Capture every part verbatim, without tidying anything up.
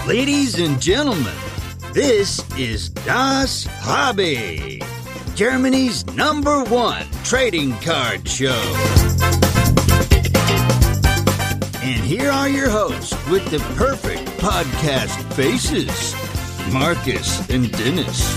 Ladies and gentlemen, this is Das Hobby, Germany's number one trading card show. And here are your hosts with the perfect podcast faces, Marcus and Dennis.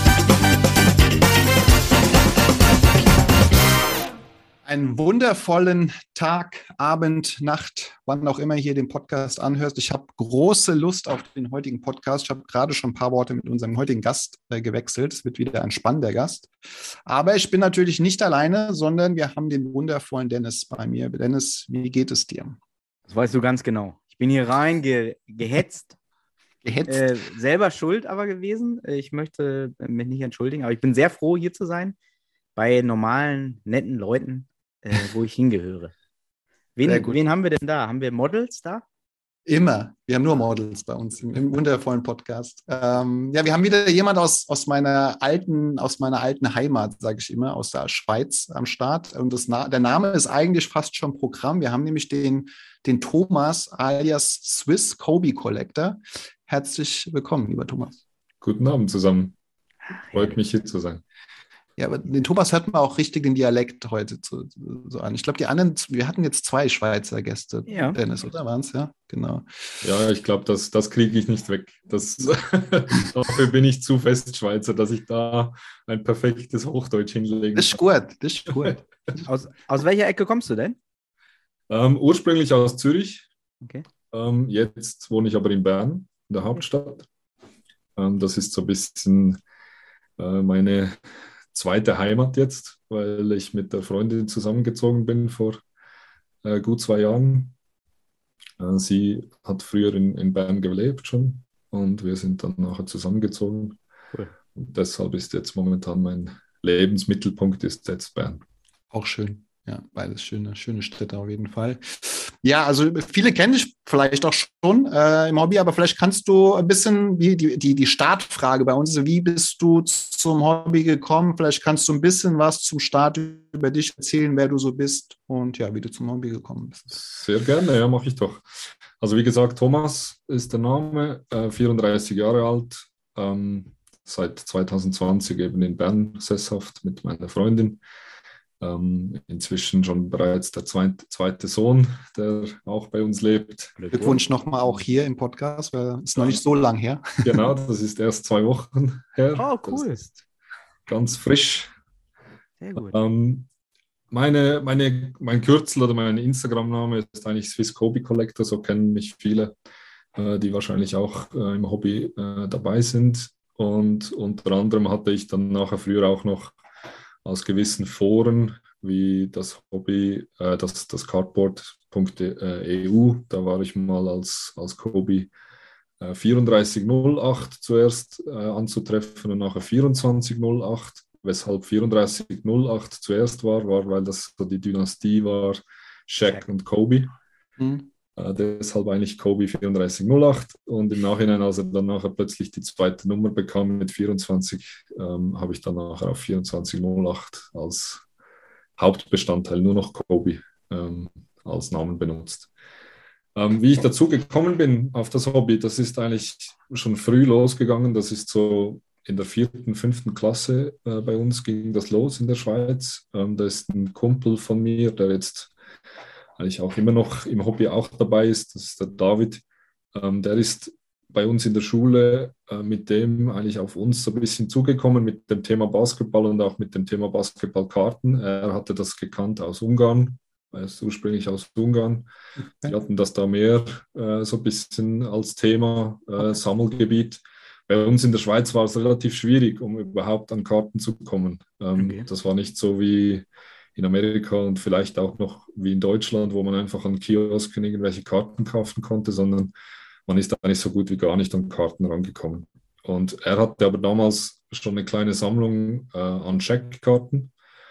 Einen wundervollen Tag, Abend, Nacht, wann auch immer hier den Podcast anhörst. Ich habe große Lust auf den heutigen Podcast. Ich habe gerade schon ein paar Worte mit unserem heutigen Gast äh, gewechselt. Es wird wieder ein spannender Gast. Aber ich bin natürlich nicht alleine, sondern wir haben den wundervollen Dennis bei mir. Dennis, wie geht es dir? Das weißt du ganz genau. Ich bin hier rein ge- gehetzt. Gehetzt? Äh, selber schuld aber gewesen. Ich möchte mich nicht entschuldigen, aber ich bin sehr froh, hier zu sein. Bei normalen, netten Leuten, äh, wo ich hingehöre. Wen, wen haben wir denn da? Haben wir Models da? Immer. Wir haben nur Models bei uns im, im wundervollen Podcast. Ähm, ja, wir haben wieder jemand aus, aus meiner alten, aus meiner alten Heimat, sage ich immer, aus der Schweiz am Start. Und das, der Name ist eigentlich fast schon Programm. Wir haben nämlich den, den Thomas alias Swiss Kobe Collector. Herzlich willkommen, lieber Thomas. Guten Abend zusammen. Freut mich, hier zu sein. Ja, aber den Thomas hört man auch richtig den Dialekt heute zu, so an. Ich glaube, die anderen, wir hatten jetzt zwei Schweizer Gäste, ja. Dennis, oder waren es? Ja, genau. Ja, ich glaube, das, das kriege ich nicht weg. Das, dafür bin ich zu fest Schweizer, dass ich da ein perfektes Hochdeutsch hinlege. Das ist gut, das ist gut. Aus, aus welcher Ecke kommst du denn? Ähm, ursprünglich aus Zürich. Okay. Ähm, jetzt wohne ich aber in Bern, in der Hauptstadt. Ähm, das ist so ein bisschen äh, meine zweite Heimat jetzt, weil ich mit der Freundin zusammengezogen bin vor äh, gut zwei Jahren. Äh, sie hat früher in, in Bern gelebt schon und wir sind dann nachher zusammengezogen. Cool. Und deshalb ist jetzt momentan mein Lebensmittelpunkt ist jetzt Bern. Auch schön. Ja, beides schöne, schöne Städte auf jeden Fall. Ja, also viele kennen dich vielleicht auch schon äh, im Hobby, aber vielleicht kannst du ein bisschen, wie die, die, die Startfrage bei uns ist, wie bist du zum Hobby gekommen? Vielleicht kannst du ein bisschen was zum Start über dich erzählen, wer du so bist und ja, wie du zum Hobby gekommen bist. Sehr gerne, ja, mache ich doch. Also wie gesagt, Thomas ist der Name, äh, vierunddreißig Jahre alt, ähm, seit zwanzig zwanzig eben in Bern sesshaft mit meiner Freundin. Ähm, inzwischen schon bereits der zweite, zweite Sohn, der auch bei uns lebt. Glückwunsch nochmal auch hier im Podcast, weil es noch nicht so lang her. Genau, das ist erst zwei Wochen her. Oh, cool. Das ist ganz frisch. Sehr gut. Ähm, meine, meine, mein Kürzel oder mein Instagram-Name ist eigentlich Swiss Kobe Collector, so kennen mich viele, äh, die wahrscheinlich auch äh, im Hobby äh, dabei sind. Und unter anderem hatte ich dann nachher früher auch noch aus gewissen Foren wie das Hobby, äh, das, das Cardboard Punkt e u, da war ich mal als, als Kobe äh, vierunddreißig null acht zuerst äh, anzutreffen und nachher vierundzwanzig null acht. Weshalb vierunddreißig null acht zuerst war, war, weil das so die Dynastie war, Shaq und Kobe. Mhm. Äh, deshalb eigentlich Kobe vierunddreißig null acht und im Nachhinein, als er dann nachher plötzlich die zweite Nummer bekam mit vierundzwanzig, ähm, habe ich dann nachher auf vierundzwanzig null acht als Hauptbestandteil nur noch Kobe ähm, als Namen benutzt. Ähm, wie ich dazu gekommen bin auf das Hobby, das ist eigentlich schon früh losgegangen. Das ist so in der vierten, fünften Klasse äh, bei uns ging das los in der Schweiz. Ähm, da ist ein Kumpel von mir, der jetzt eigentlich auch immer noch im Hobby auch dabei ist, das ist der David. Ähm, der ist bei uns in der Schule äh, mit dem eigentlich auf uns so ein bisschen zugekommen mit dem Thema Basketball und auch mit dem Thema Basketballkarten. Er hatte das gekannt aus Ungarn, er ist ursprünglich aus Ungarn. Okay. Die hatten das da mehr äh, so ein bisschen als Thema, äh, okay. Sammelgebiet. Bei uns in der Schweiz war es relativ schwierig, um überhaupt an Karten zu kommen. Ähm, okay. Das war nicht so wie in Amerika und vielleicht auch noch wie in Deutschland, wo man einfach an Kiosken irgendwelche Karten kaufen konnte, sondern man ist eigentlich so gut wie gar nicht an Karten rangekommen. Und er hatte aber damals schon eine kleine Sammlung äh, an Shaq-Karten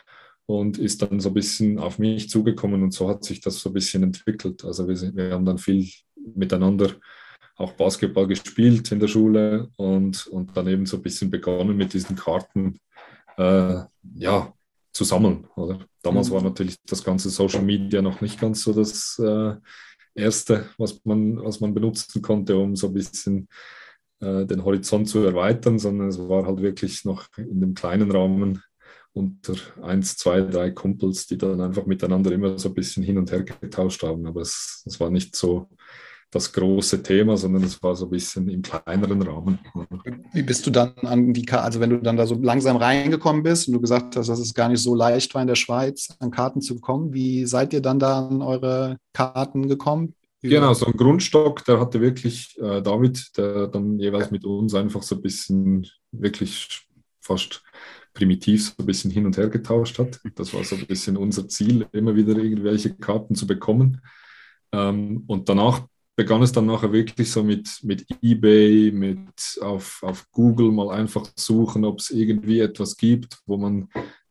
und ist dann so ein bisschen auf mich zugekommen und so hat sich das so ein bisschen entwickelt. Also wir, sind, wir haben dann viel miteinander auch Basketball gespielt in der Schule und, und dann eben so ein bisschen begonnen mit diesen Karten, äh, ja, zu sammeln. Oder? Damals mhm. war natürlich das ganze Social Media noch nicht ganz so das äh, Erste, was man, was man benutzen konnte, um so ein bisschen äh, den Horizont zu erweitern, sondern es war halt wirklich noch in dem kleinen Rahmen unter eins, zwei, drei Kumpels, die dann einfach miteinander immer so ein bisschen hin und her getauscht haben. Aber es, es war nicht so das große Thema, sondern es war so ein bisschen im kleineren Rahmen. Wie bist du dann an die Karte, also wenn du dann da so langsam reingekommen bist und du gesagt hast, dass es gar nicht so leicht war in der Schweiz, an Karten zu kommen, wie seid ihr dann da an eure Karten gekommen? Genau, so ein Grundstock, der hatte wirklich äh, David, der dann jeweils mit uns einfach so ein bisschen wirklich fast primitiv so ein bisschen hin und her getauscht hat. Das war so ein bisschen unser Ziel, immer wieder irgendwelche Karten zu bekommen. Ähm, und danach begann es dann nachher wirklich so mit, mit eBay, mit auf, auf Google mal einfach suchen, ob es irgendwie etwas gibt, wo man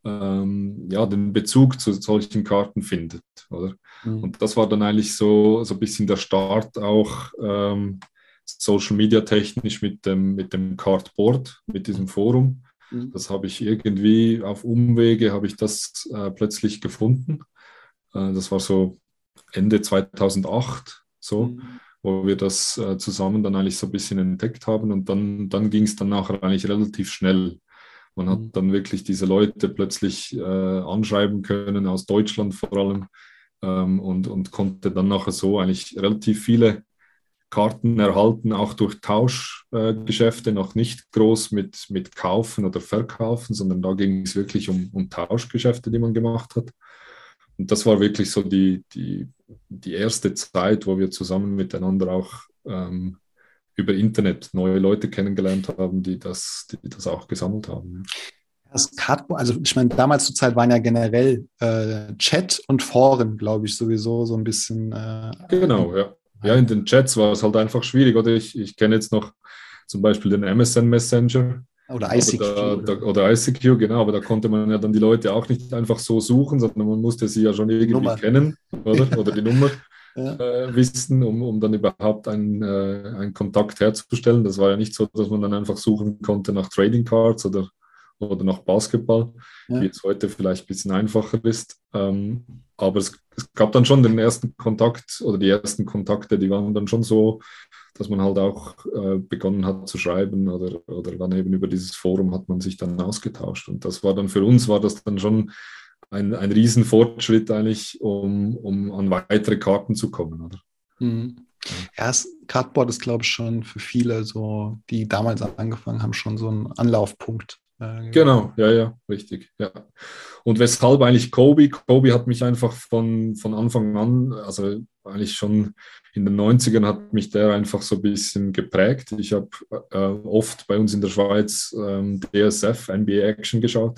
ähm, ja, den Bezug zu solchen Karten findet, oder? Mhm. Und das war dann eigentlich so, so ein bisschen der Start auch ähm, Social Media technisch mit dem, mit dem Cardboard, mit diesem Forum. Mhm. Das habe ich irgendwie auf Umwege, habe ich das äh, plötzlich gefunden. Äh, das war so Ende zweitausendacht. So, mhm. wo wir das äh, zusammen dann eigentlich so ein bisschen entdeckt haben und dann, dann ging es dann nachher eigentlich relativ schnell. Man hat mhm. dann wirklich diese Leute plötzlich äh, anschreiben können, aus Deutschland vor allem, ähm, und, und konnte dann nachher so eigentlich relativ viele Karten erhalten, auch durch Tauschgeschäfte, äh, noch nicht groß mit, mit Kaufen oder Verkaufen, sondern da ging es wirklich um, um Tauschgeschäfte, die man gemacht hat. Und das war wirklich so die, die, die erste Zeit, wo wir zusammen miteinander auch ähm, über Internet neue Leute kennengelernt haben, die das, die das auch gesammelt haben. Das Cardboard, also ich meine, damals zur Zeit waren ja generell äh, Chat und Foren, glaube ich, sowieso so ein bisschen. Äh, genau, ja. Ja, in den Chats war es halt einfach schwierig, oder? Ich, ich kenne jetzt noch zum Beispiel den M S N Messenger. Oder I C Q. Da, da, oder I C Q, genau, aber da konnte man ja dann die Leute auch nicht einfach so suchen, sondern man musste sie ja schon irgendwie Nummer. kennen, oder? Oder die Nummer ja. äh, wissen, um, um dann überhaupt einen, äh, einen Kontakt herzustellen. Das war ja nicht so, dass man dann einfach suchen konnte nach Trading Cards oder, oder nach Basketball, ja. wie es heute vielleicht ein bisschen einfacher ist. Ähm, aber es, es gab dann schon den ersten Kontakt oder die ersten Kontakte, die waren dann schon so, dass man halt auch äh, begonnen hat zu schreiben oder, oder dann eben über dieses Forum hat man sich dann ausgetauscht. Und das war dann für uns, war das dann schon ein, ein Riesenfortschritt eigentlich, um, um an weitere Karten zu kommen, oder? Mhm. Ja, das Cardboard ist, glaube ich, schon für viele, so, die damals angefangen haben, schon so ein Anlaufpunkt. Äh, genau, ja, ja, richtig. Ja. Und weshalb eigentlich Kobe? Kobe hat mich einfach von, von Anfang an, also eigentlich schon in den neunzigern hat mich der einfach so ein bisschen geprägt. Ich habe äh, oft bei uns in der Schweiz ähm, D S F, N B A Action geschaut.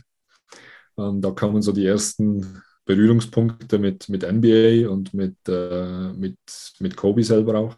Ähm, da kamen so die ersten Berührungspunkte mit, mit N B A und mit, äh, mit, mit Kobe selber auch.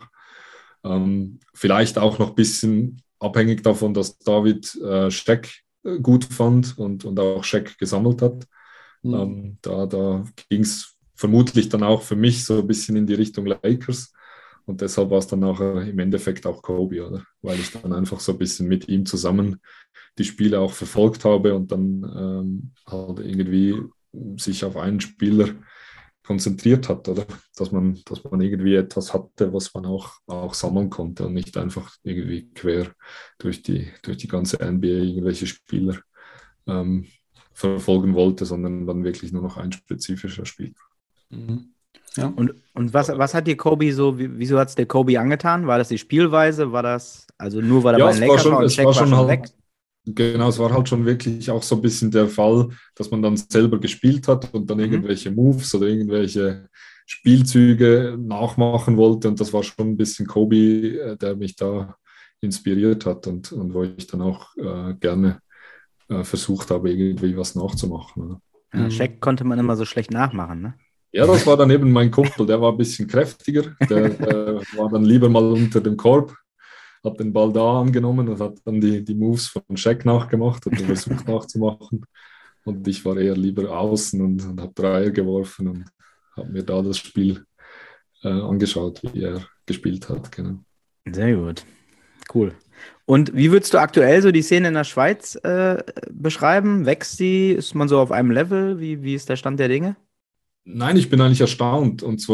Ähm, vielleicht auch noch ein bisschen abhängig davon, dass David äh, Shaq gut fand und, und auch Shaq gesammelt hat. Mhm. Ähm, da da ging es vermutlich dann auch für mich so ein bisschen in die Richtung Lakers. Und deshalb war es dann nachher im Endeffekt auch Kobe, oder? Weil ich dann einfach so ein bisschen mit ihm zusammen die Spiele auch verfolgt habe und dann ähm, halt irgendwie sich auf einen Spieler konzentriert hat, oder? Dass man, dass man irgendwie etwas hatte, was man auch, auch sammeln konnte und nicht einfach irgendwie quer durch die, durch die ganze N B A irgendwelche Spieler ähm, verfolgen wollte, sondern dann wirklich nur noch ein spezifischer Spieler. Mhm. Ja. Und, und was, was hat dir Kobe so, wieso hat es dir Kobe angetan? War das die Spielweise? War das, also nur weil er ja, bei den Lakers war und Shaq war schon halt, weg? Genau, es war halt schon wirklich auch so ein bisschen der Fall, dass man dann selber gespielt hat und dann mhm. irgendwelche Moves oder irgendwelche Spielzüge nachmachen wollte. Und das war schon ein bisschen Kobe, der mich da inspiriert hat und, und wo ich dann auch äh, gerne äh, versucht habe, irgendwie was nachzumachen. Oder? Ja, Shaq konnte man immer so schlecht nachmachen, ne? Ja, das war dann eben mein Kumpel, der war ein bisschen kräftiger, der, der war dann lieber mal unter dem Korb, hat den Ball da angenommen und hat dann die, die Moves von Shaq nachgemacht und versucht nachzumachen. Und ich war eher lieber außen und, und habe Dreier geworfen und habe mir da das Spiel äh, angeschaut, wie er gespielt hat. Genau. Sehr gut. Cool. Und wie würdest du aktuell so die Szene in der Schweiz äh, beschreiben? Wächst sie? Ist man so auf einem Level? Wie, wie ist der Stand der Dinge? Nein, ich bin eigentlich erstaunt. Und zwar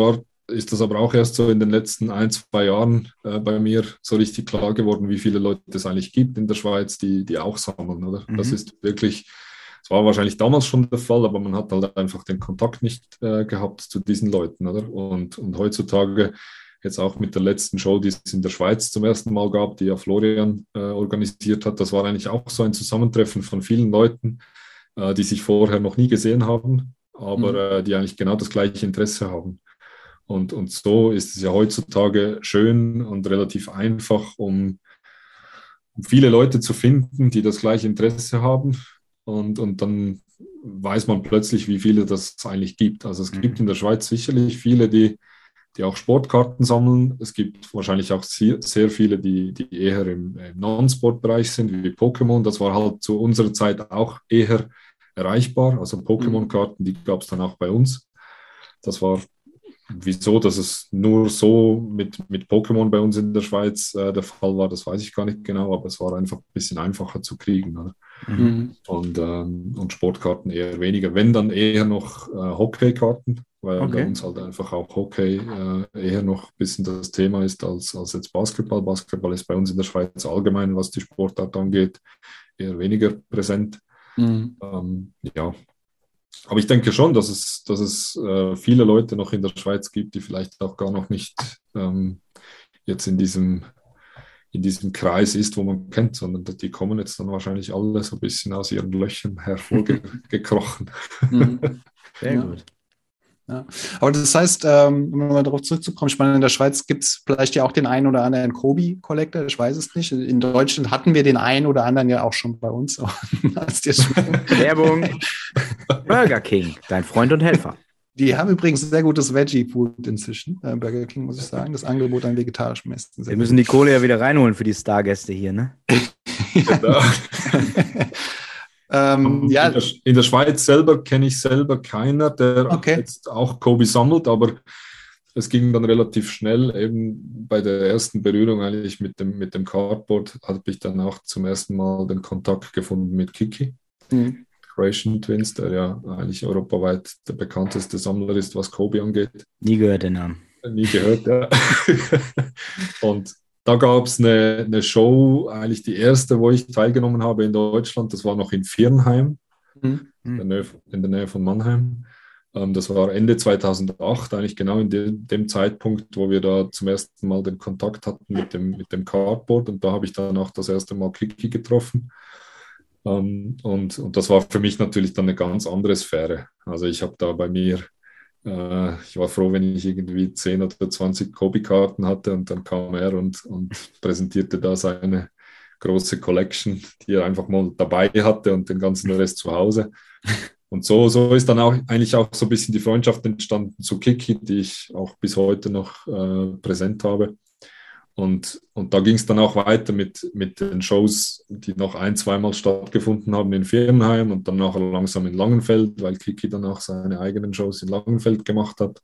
ist das aber auch erst so in den letzten ein, zwei Jahren äh, bei mir so richtig klar geworden, wie viele Leute es eigentlich gibt in der Schweiz, die, die auch sammeln, oder? Mhm. Das ist wirklich, es war wahrscheinlich damals schon der Fall, aber man hat halt einfach den Kontakt nicht äh, gehabt zu diesen Leuten, oder? Und, und heutzutage, jetzt auch mit der letzten Show, die es in der Schweiz zum ersten Mal gab, die ja Florian äh, organisiert hat, das war eigentlich auch so ein Zusammentreffen von vielen Leuten, äh, die sich vorher noch nie gesehen haben, aber mhm. äh, die eigentlich genau das gleiche Interesse haben. Und, und so ist es ja heutzutage schön und relativ einfach, um, um viele Leute zu finden, die das gleiche Interesse haben. Und, und dann weiß man plötzlich, wie viele das eigentlich gibt. Also es mhm. gibt in der Schweiz sicherlich viele, die, die auch Sportkarten sammeln. Es gibt wahrscheinlich auch sehr, sehr viele, die, die eher im, im Non-Sport-Bereich sind, wie Pokémon. Das war halt zu unserer Zeit auch eher erreichbar. Also Pokémon-Karten, die gab es dann auch bei uns. Das war Wieso, dass es nur so mit, mit Pokémon bei uns in der Schweiz äh, der Fall war, das weiß ich gar nicht genau, aber es war einfach ein bisschen einfacher zu kriegen. Oder? Mhm. Und, ähm, und Sportkarten eher weniger. Wenn, dann eher noch äh, Hockeykarten, weil okay. bei uns halt einfach auch Hockey äh, eher noch ein bisschen das Thema ist als, als jetzt Basketball. Basketball ist bei uns in der Schweiz allgemein, was die Sportart angeht, eher weniger präsent. Mhm. Ähm, ja. Aber ich denke schon, dass es, dass es äh, viele Leute noch in der Schweiz gibt, die vielleicht auch gar noch nicht ähm, jetzt in diesem, in diesem Kreis ist, wo man kennt, sondern die kommen jetzt dann wahrscheinlich alle so ein bisschen aus ihren Löchern hervorgekrochen. Mhm. Sehr ja. gut. Ja. Aber das heißt, ähm, um nochmal darauf zurückzukommen, ich meine, in der Schweiz gibt es vielleicht ja auch den einen oder anderen Kobi-Collector, ich weiß es nicht. In Deutschland hatten wir den einen oder anderen ja auch schon bei uns. Werbung. Burger King, dein Freund und Helfer. Die haben übrigens sehr gutes Veggie-Food inzwischen, äh, Burger King, muss ich sagen. Das Angebot an vegetarischem Essen. Wir müssen die Kohle ja wieder reinholen für die Stargäste hier, ne? Genau. Ähm, ja. in, der, in der Schweiz selber kenne ich selber keiner, der okay. jetzt auch Kobi sammelt, aber es ging dann relativ schnell, eben bei der ersten Berührung eigentlich mit dem, mit dem Cardboard, habe ich dann auch zum ersten Mal den Kontakt gefunden mit Kiki, mhm. Croatian Twins, der ja eigentlich europaweit der bekannteste Sammler ist, was Kobi angeht. Nie gehört den Namen. Nie gehört, ja. Und da gab es eine, eine Show, eigentlich die erste, wo ich teilgenommen habe in Deutschland. Das war noch in Viernheim, mhm. in, der Nähe, in der Nähe von Mannheim. Ähm, das war Ende zweitausendacht, eigentlich genau in de, dem Zeitpunkt, wo wir da zum ersten Mal den Kontakt hatten mit dem, mit dem Cardboard. Und da habe ich dann auch das erste Mal Kiki getroffen. Ähm, und, und das war für mich natürlich dann eine ganz andere Sphäre. Also ich habe da bei mir... Ich war froh, wenn ich irgendwie zehn oder zwanzig Kobi-Karten hatte und dann kam er und, und präsentierte da seine große Collection, die er einfach mal dabei hatte und den ganzen Rest zu Hause. Und so, so ist dann auch eigentlich auch so ein bisschen die Freundschaft entstanden zu Kiki, die ich auch bis heute noch äh, präsent habe. Und, und da ging es dann auch weiter mit, mit den Shows, die noch ein-, zweimal stattgefunden haben in Viernheim und dann nachher langsam in Langenfeld, weil Kiki dann auch seine eigenen Shows in Langenfeld gemacht hat.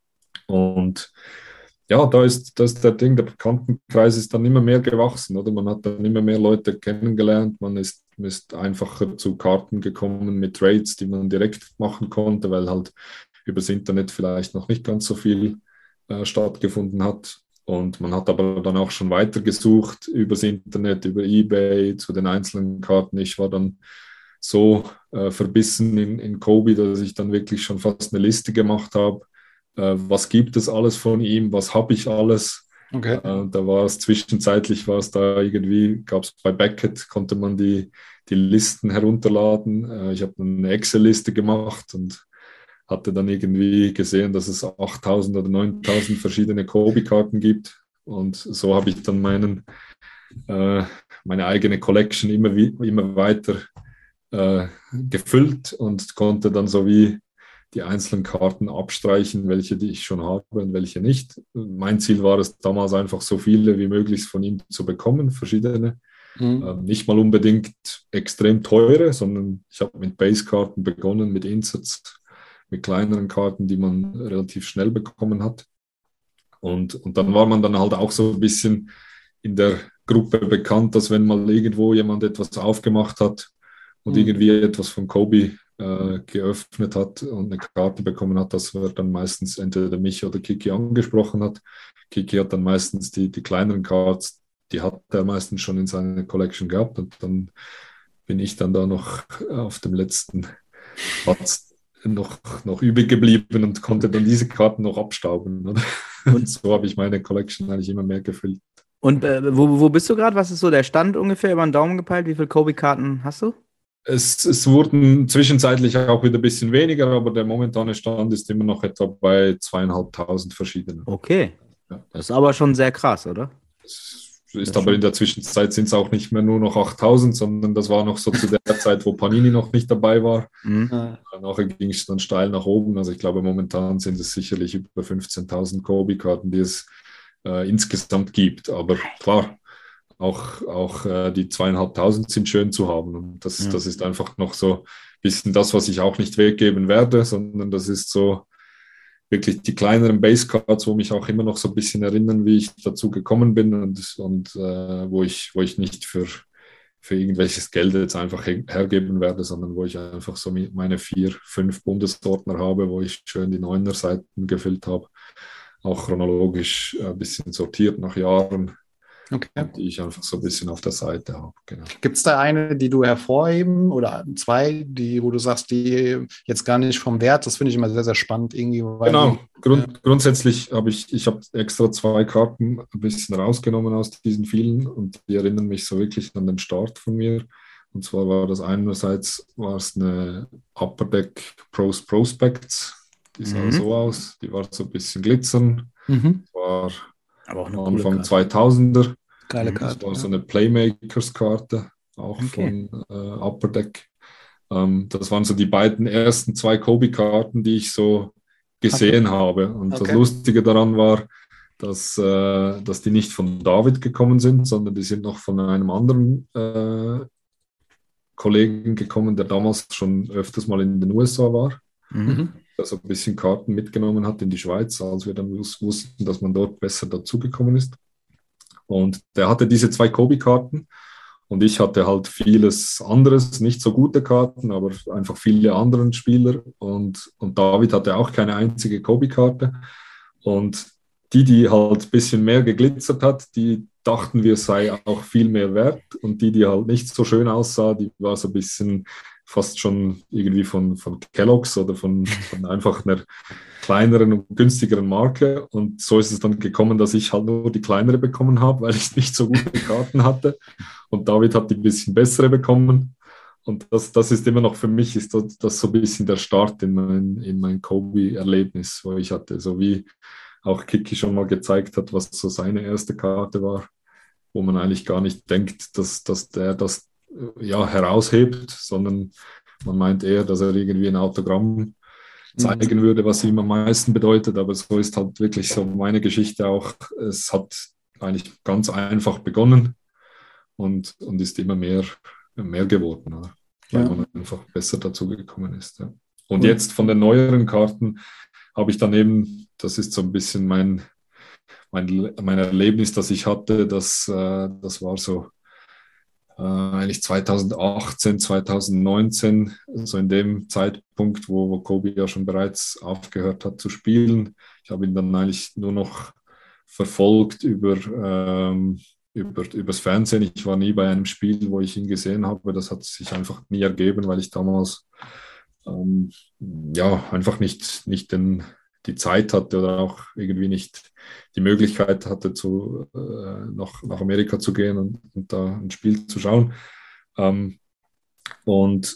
Und ja, da ist, das ist der Ding, der Bekanntenkreis ist dann immer mehr gewachsen, oder? Man hat dann immer mehr Leute kennengelernt, man ist, ist einfacher zu Karten gekommen mit Trades, die man direkt machen konnte, weil halt übers Internet vielleicht noch nicht ganz so viel äh, stattgefunden hat. Und man hat aber dann auch schon weiter gesucht übers Internet, über eBay zu den einzelnen Karten. Ich war dann so äh, verbissen in, in Kobi, dass ich dann wirklich schon fast eine Liste gemacht habe. Äh, was gibt es alles von ihm? Was habe ich alles? Okay. Äh, da war es zwischenzeitlich, war es da irgendwie, gab es bei Beckett, konnte man die, die Listen herunterladen. Äh, ich habe eine Excel-Liste gemacht und hatte dann irgendwie gesehen, dass es achttausend oder neuntausend verschiedene Kobi-Karten gibt. Und so habe ich dann meinen, äh, meine eigene Collection immer, wie, immer weiter äh, gefüllt und konnte dann so wie die einzelnen Karten abstreichen, welche die ich schon habe und welche nicht. Mein Ziel war es damals einfach, so viele wie möglich von ihm zu bekommen, verschiedene. Mhm. Äh, nicht mal unbedingt extrem teure, sondern ich habe mit Base-Karten begonnen, mit Insets, mit kleineren Karten, die man relativ schnell bekommen hat. Und, und dann war man dann halt auch so ein bisschen in der Gruppe bekannt, dass wenn mal irgendwo jemand etwas aufgemacht hat und mhm. irgendwie etwas von Kobi äh, geöffnet hat und eine Karte bekommen hat, dass er dann meistens entweder mich oder Kiki angesprochen hat. Kiki hat dann meistens die, die kleineren Cards, die hat er meistens schon in seiner Collection gehabt und dann bin ich dann da noch auf dem letzten Platz noch, noch übrig geblieben und konnte dann diese Karten noch abstauben. Oder? Und so habe ich meine Collection eigentlich immer mehr gefüllt. Und äh, wo, wo bist du gerade? Was ist so der Stand ungefähr über den Daumen gepeilt? Wie viele Kobe-Karten hast du? Es, es wurden zwischenzeitlich auch wieder ein bisschen weniger, aber der momentane Stand ist immer noch etwa bei zweieinhalbtausend verschiedenen. Okay, ja. Das ist aber schon sehr krass, oder? Es ist aber in der Zwischenzeit sind es auch nicht mehr nur noch achttausend, sondern das war noch so zu der Zeit, wo Panini noch nicht dabei war. Mhm. Nachher ging es dann steil nach oben. Also ich glaube, momentan sind es sicherlich über fünfzehntausend Kobe-Karten, die es äh, insgesamt gibt. Aber klar, auch, auch äh, die zweieinhalbtausend sind schön zu haben. Und das, ja. das ist einfach noch so ein bisschen das, was ich auch nicht weggeben werde, sondern das ist so wirklich die kleineren Basecards, wo mich auch immer noch so ein bisschen erinnern, wie ich dazu gekommen bin und, und äh, wo, ich, wo ich nicht für, für irgendwelches Geld jetzt einfach her- hergeben werde, sondern wo ich einfach so meine vier, fünf Bundesordner habe, wo ich schön die Neuner-Seiten gefüllt habe, auch chronologisch ein bisschen sortiert nach Jahren. Okay. Die ich einfach so ein bisschen auf der Seite habe. Genau. Gibt es da eine, die du hervorheben oder zwei, die, wo du sagst, die jetzt gar nicht vom Wert, das finde ich immer sehr, sehr spannend irgendwie. Weil genau, die, Grund, ja. grundsätzlich habe ich, ich habe extra zwei Karten ein bisschen rausgenommen aus diesen vielen und die erinnern mich so wirklich an den Start von mir. Und zwar war das einerseits war es eine Upper Deck Pros Prospects, die sah mhm. so aus, die war so ein bisschen glitzern, mhm. war aber auch eine Anfang zweitausender. Geile Karte. Das war so eine Playmakers-Karte, auch okay. von äh, Upper Deck. Ähm, das waren so die beiden ersten zwei Kobe-Karten, die ich so gesehen okay. habe. Und okay. das Lustige daran war, dass, äh, dass die nicht von David gekommen sind, sondern die sind noch von einem anderen äh, Kollegen gekommen, der damals schon öfters mal in den U S A war. Mhm. Der so ein bisschen Karten mitgenommen hat in die Schweiz, als wir dann wussten, dass man dort besser dazugekommen ist. Und der hatte diese zwei Kobe-Karten und ich hatte halt vieles anderes, nicht so gute Karten, aber einfach viele andere Spieler. Und, und David hatte auch keine einzige Kobe-Karte. Und die, die halt ein bisschen mehr geglitzert hat, die dachten wir, sei auch viel mehr wert. Und die, die halt nicht so schön aussah, die war so ein bisschen fast schon irgendwie von, von Kellogg's oder von, von einfach einer kleineren und günstigeren Marke. Und so ist es dann gekommen, dass ich halt nur die kleinere bekommen habe, weil ich nicht so gute Karten hatte. Und David hat die ein bisschen bessere bekommen. Und das, das ist immer noch für mich, ist das, das so ein bisschen der Start in mein, in mein Kobe-Erlebnis, wo ich hatte. So wie auch Kiki schon mal gezeigt hat, was so seine erste Karte war, wo man eigentlich gar nicht denkt, dass, dass der das ja, heraushebt, sondern man meint eher, dass er irgendwie ein Autogramm zeigen mhm. würde, was ihm am meisten bedeutet. Aber so ist halt wirklich so meine Geschichte auch. Es hat eigentlich ganz einfach begonnen und, und ist immer mehr, mehr geworden, oder? Weil ja. man einfach besser dazu gekommen ist. Ja. Und mhm. jetzt von den neueren Karten habe ich dann eben, das ist so ein bisschen mein, mein, mein Erlebnis, das ich hatte, das, äh, das war so äh, eigentlich zweitausendachtzehn, zweitausendneunzehn, so in dem Zeitpunkt, wo, wo Kobe ja schon bereits aufgehört hat zu spielen. Ich habe ihn dann eigentlich nur noch verfolgt über, ähm, über übers Fernsehen. Ich war nie bei einem Spiel, wo ich ihn gesehen habe. Das hat sich einfach nie ergeben, weil ich damals ähm, ja einfach nicht, nicht den die Zeit hatte oder auch irgendwie nicht die Möglichkeit hatte, zu, äh, nach, nach Amerika zu gehen und, und da ein Spiel zu schauen. Ähm, und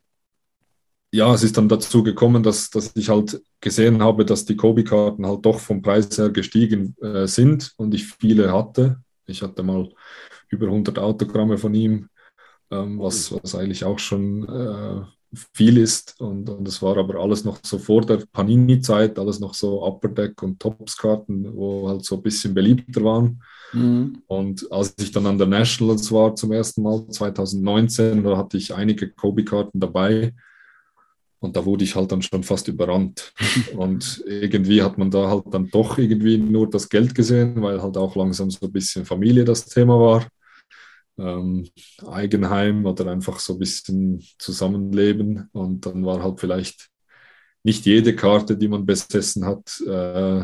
ja, es ist dann dazu gekommen, dass, dass ich halt gesehen habe, dass die Kobe-Karten halt doch vom Preis her gestiegen äh, sind und ich viele hatte. Ich hatte mal über hundert Autogramme von ihm, ähm, was, was eigentlich auch schon äh, viel ist und, und es war aber alles noch so vor der Panini-Zeit, alles noch so Upper Deck und Tops-Karten, wo halt so ein bisschen beliebter waren. Mhm. Und als ich dann an der Nationals war zum ersten Mal, zweitausendneunzehn, da hatte ich einige Kobe-Karten dabei und da wurde ich halt dann schon fast überrannt. Und irgendwie hat man da halt dann doch irgendwie nur das Geld gesehen, weil halt auch langsam so ein bisschen Familie das Thema war. ähm, Eigenheim oder einfach so ein bisschen Zusammenleben. Und dann war halt vielleicht nicht jede Karte, die man besessen hat, äh,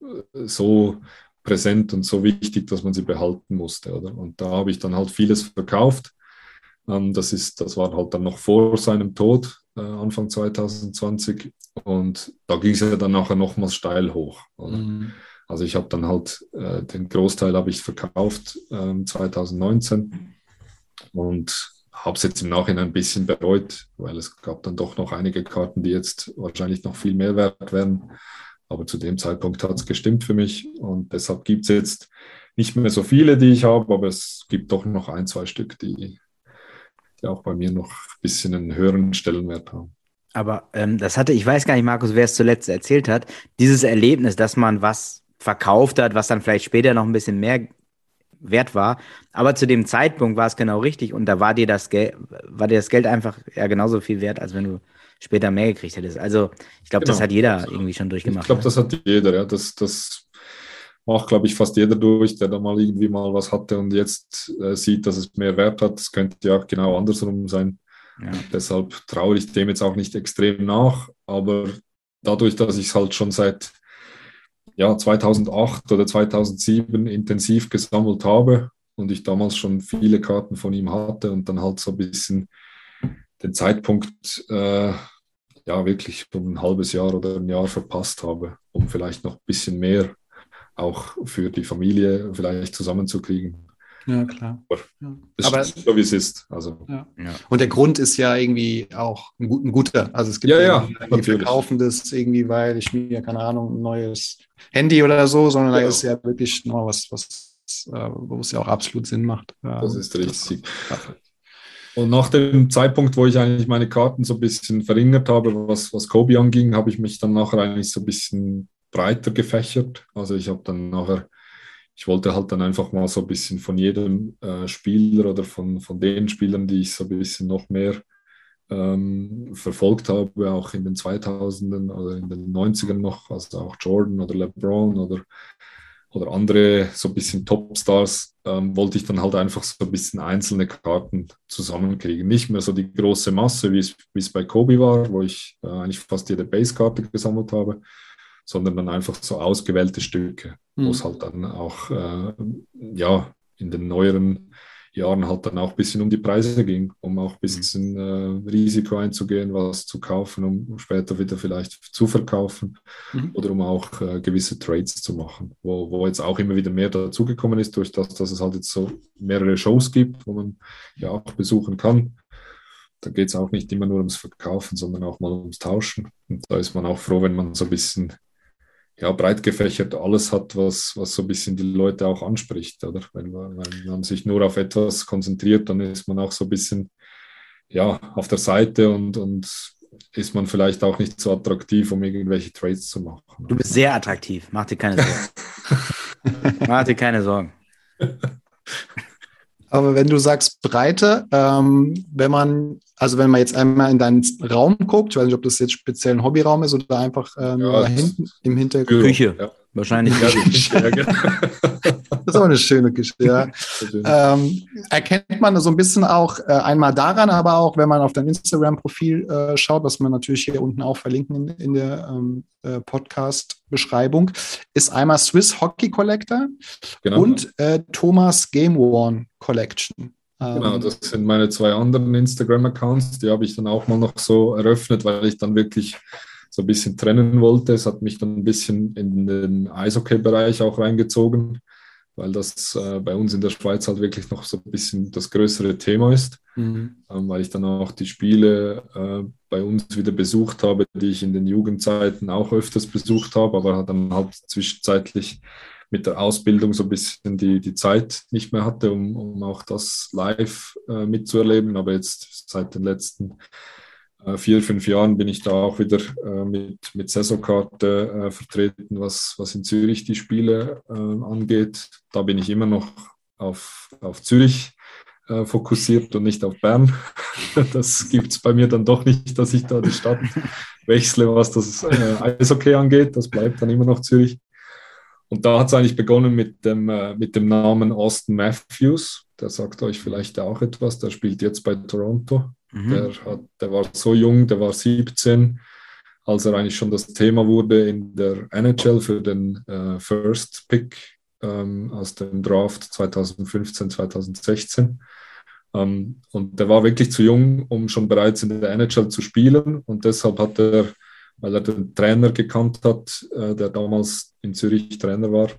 so präsent und so wichtig, dass man sie behalten musste. Oder? Und da habe ich dann halt vieles verkauft. Ähm, das ist, das war halt dann noch vor seinem Tod, äh, Anfang zwanzig zwanzig. Und da ging es ja dann nachher nochmals steil hoch. Oder? Mhm. Also ich habe dann halt, äh, den Großteil habe ich verkauft äh, zwanzig neunzehn und habe es jetzt im Nachhinein ein bisschen bereut, weil es gab dann doch noch einige Karten, die jetzt wahrscheinlich noch viel mehr wert werden. Aber zu dem Zeitpunkt hat es gestimmt für mich und deshalb gibt es jetzt nicht mehr so viele, die ich habe, aber es gibt doch noch ein, zwei Stück, die, die auch bei mir noch ein bisschen einen höheren Stellenwert haben. Aber ähm, das hatte, ich weiß gar nicht, Markus, wer es zuletzt erzählt hat, dieses Erlebnis, dass man was verkauft hat, was dann vielleicht später noch ein bisschen mehr wert war, aber zu dem Zeitpunkt war es genau richtig und da war dir das Geld, war dir das Geld einfach ja genauso viel wert, als wenn du später mehr gekriegt hättest. Also ich glaube, genau. Das hat jeder also, irgendwie schon durchgemacht. Ich glaube, ne? Das hat jeder, ja. Das, das macht, glaube ich, fast jeder durch, der da mal irgendwie mal was hatte und jetzt äh, sieht, dass es mehr Wert hat. Das könnte ja auch genau andersrum sein. Ja. Deshalb traue ich dem jetzt auch nicht extrem nach, aber dadurch, dass ich es halt schon seit ja, zweitausendacht oder zweitausendsieben intensiv gesammelt habe und ich damals schon viele Karten von ihm hatte und dann halt so ein bisschen den Zeitpunkt äh, ja wirklich um ein halbes Jahr oder ein Jahr verpasst habe, um vielleicht noch ein bisschen mehr auch für die Familie vielleicht zusammenzukriegen. Ja, klar. Aber ja. es Aber, ist so, wie es ist. Also, ja. Ja. Und der Grund ist ja irgendwie auch ein, gut, ein guter. Also es gibt ja, ja, die verkaufen das irgendwie, weil ich mir, keine Ahnung, ein neues Handy oder so, sondern genau. Da ist ja wirklich noch was, was wo es ja auch absolut Sinn macht. Das ist richtig. Das, und nach dem Zeitpunkt, wo ich eigentlich meine Karten so ein bisschen verringert habe, was, was Kobe anging, habe ich mich dann nachher eigentlich so ein bisschen breiter gefächert. Also ich habe dann nachher Ich wollte halt dann einfach mal so ein bisschen von jedem äh, Spieler oder von, von den Spielern, die ich so ein bisschen noch mehr ähm, verfolgt habe, auch in den zweitausendern oder in den neunzigern noch, also auch Jordan oder LeBron oder, oder andere so ein bisschen Topstars, ähm, wollte ich dann halt einfach so ein bisschen einzelne Karten zusammenkriegen. Nicht mehr so die große Masse, wie es, wie es bei Kobe war, wo ich äh, eigentlich fast jede Base-Karte gesammelt habe, sondern dann einfach so ausgewählte Stücke, mhm. wo es halt dann auch äh, ja, in den neueren Jahren halt dann auch ein bisschen um die Preise ging, um auch ein bisschen äh, Risiko einzugehen, was zu kaufen, um später wieder vielleicht zu verkaufen mhm. oder um auch äh, gewisse Trades zu machen, wo, wo jetzt auch immer wieder mehr dazugekommen ist, durch das, dass es halt jetzt so mehrere Shows gibt, wo man ja auch besuchen kann. Da geht es auch nicht immer nur ums Verkaufen, sondern auch mal ums Tauschen. Und da ist man auch froh, wenn man so ein bisschen ja, breit gefächert alles hat, was, was so ein bisschen die Leute auch anspricht. Oder? Wenn, man, wenn man sich nur auf etwas konzentriert, dann ist man auch so ein bisschen ja, auf der Seite und, und ist man vielleicht auch nicht so attraktiv, um irgendwelche Trades zu machen. Du bist sehr attraktiv, mach dir keine Sorgen. Mach dir keine Sorgen. Aber wenn du sagst Breite, ähm, wenn man, also wenn man jetzt einmal in deinen Raum guckt, ich weiß nicht, ob das jetzt speziell ein Hobbyraum ist oder einfach äh, nur ja, da hinten im Hintergrund. Küche, ja. Wahrscheinlich. Ja, Küche. Das ist auch eine schöne Küche, ja. ähm, erkennt man so ein bisschen auch äh, einmal daran, aber auch, wenn man auf dein Instagram-Profil äh, schaut, was wir natürlich hier unten auch verlinken in, in der ähm, äh, Podcast-Beschreibung, ist einmal Swiss Hockey Collector genau. und äh, Thomas Game Worn Collection. Genau, das sind meine zwei anderen Instagram-Accounts, die habe ich dann auch mal noch so eröffnet, weil ich dann wirklich so ein bisschen trennen wollte. Es hat mich dann ein bisschen in den Eishockey-Bereich auch reingezogen, weil das äh, bei uns in der Schweiz halt wirklich noch so ein bisschen das größere Thema ist, mhm. ähm, weil ich dann auch die Spiele äh, bei uns wieder besucht habe, die ich in den Jugendzeiten auch öfters besucht habe, aber dann halt zwischenzeitlich mit der Ausbildung so ein bisschen die, die Zeit nicht mehr hatte, um, um auch das live äh, mitzuerleben. Aber jetzt seit den letzten äh, vier, fünf Jahren bin ich da auch wieder äh, mit, mit Saisonkarte äh, vertreten, was, was in Zürich die Spiele äh, angeht. Da bin ich immer noch auf, auf Zürich äh, fokussiert und nicht auf Bern. Das gibt es bei mir dann doch nicht, dass ich da die Stadt wechsle, was das äh, Eishockey angeht. Das bleibt dann immer noch Zürich. Und da hat es eigentlich begonnen mit dem, äh, mit dem Namen Auston Matthews. Der sagt euch vielleicht auch etwas. Der spielt jetzt bei Toronto. Mhm. Der, hat, der war so jung, der war siebzehn, als er eigentlich schon das Thema wurde in der N H L für den äh, First Pick ähm, aus dem Draft zwanzig fünfzehn, zwanzig sechzehn. Ähm, und der war wirklich zu jung, um schon bereits in der N H L zu spielen. Und deshalb hat er, weil er den Trainer gekannt hat, äh, der damals in Zürich Trainer war,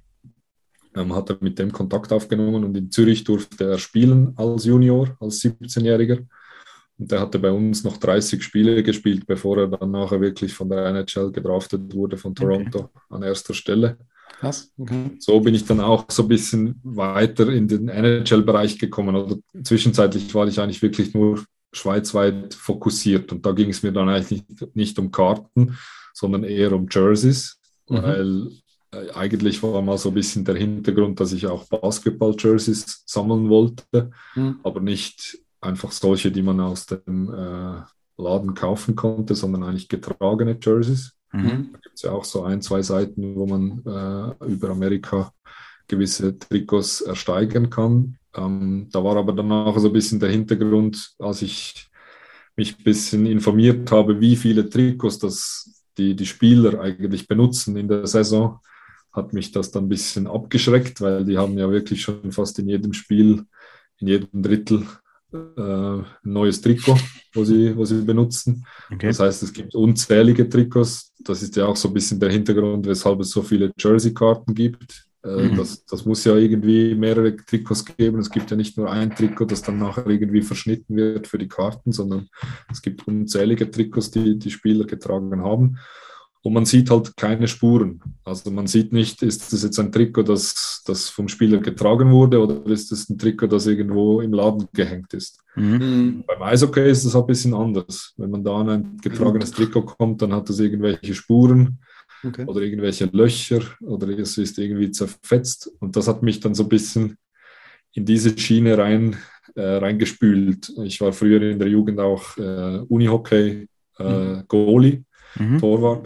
ähm, hat er mit dem Kontakt aufgenommen und in Zürich durfte er spielen als Junior, als siebzehnjähriger. Und der hatte bei uns noch dreißig Spiele gespielt, bevor er dann nachher wirklich von der N H L gedraftet wurde, von Toronto okay. an erster Stelle. Krass. Okay. So bin ich dann auch so ein bisschen weiter in den N H L-Bereich gekommen. Oder zwischenzeitlich war ich eigentlich wirklich nur schweizweit fokussiert. Und da ging es mir dann eigentlich nicht, nicht um Karten, sondern eher um Jerseys, mhm. weil äh, eigentlich war mal so ein bisschen der Hintergrund, dass ich auch Basketball-Jerseys sammeln wollte, mhm. aber nicht einfach solche, die man aus dem äh, Laden kaufen konnte, sondern eigentlich getragene Jerseys. Mhm. Da gibt es ja auch so ein, zwei Seiten, wo man äh, über Amerika gewisse Trikots ersteigern kann. Ähm, da war aber danach so ein bisschen der Hintergrund, als ich mich ein bisschen informiert habe, wie viele Trikots das die, die Spieler eigentlich benutzen in der Saison, hat mich das dann ein bisschen abgeschreckt, weil die haben ja wirklich schon fast in jedem Spiel, in jedem Drittel äh, ein neues Trikot, wo sie, wo sie benutzen. Okay. Das heißt, es gibt unzählige Trikots. Das ist ja auch so ein bisschen der Hintergrund, weshalb es so viele Jersey-Karten gibt. Mhm. Das, das muss ja irgendwie mehrere Trikots geben. Es gibt ja nicht nur ein Trikot, das dann nachher irgendwie verschnitten wird für die Karten, sondern es gibt unzählige Trikots, die die Spieler getragen haben. Und man sieht halt keine Spuren. Also man sieht nicht, ist das jetzt ein Trikot, das, das vom Spieler getragen wurde, oder ist das ein Trikot, das irgendwo im Laden gehängt ist. Mhm. Beim Eishockey ist das halt ein bisschen anders. Wenn man da an ein getragenes Trikot kommt, dann hat das irgendwelche Spuren. Okay. Oder irgendwelche Löcher oder es ist irgendwie zerfetzt. Und das hat mich dann so ein bisschen in diese Schiene rein, äh, reingespült. Ich war früher in der Jugend auch äh, Unihockey, äh, mhm. Goalie, mhm. Torwart.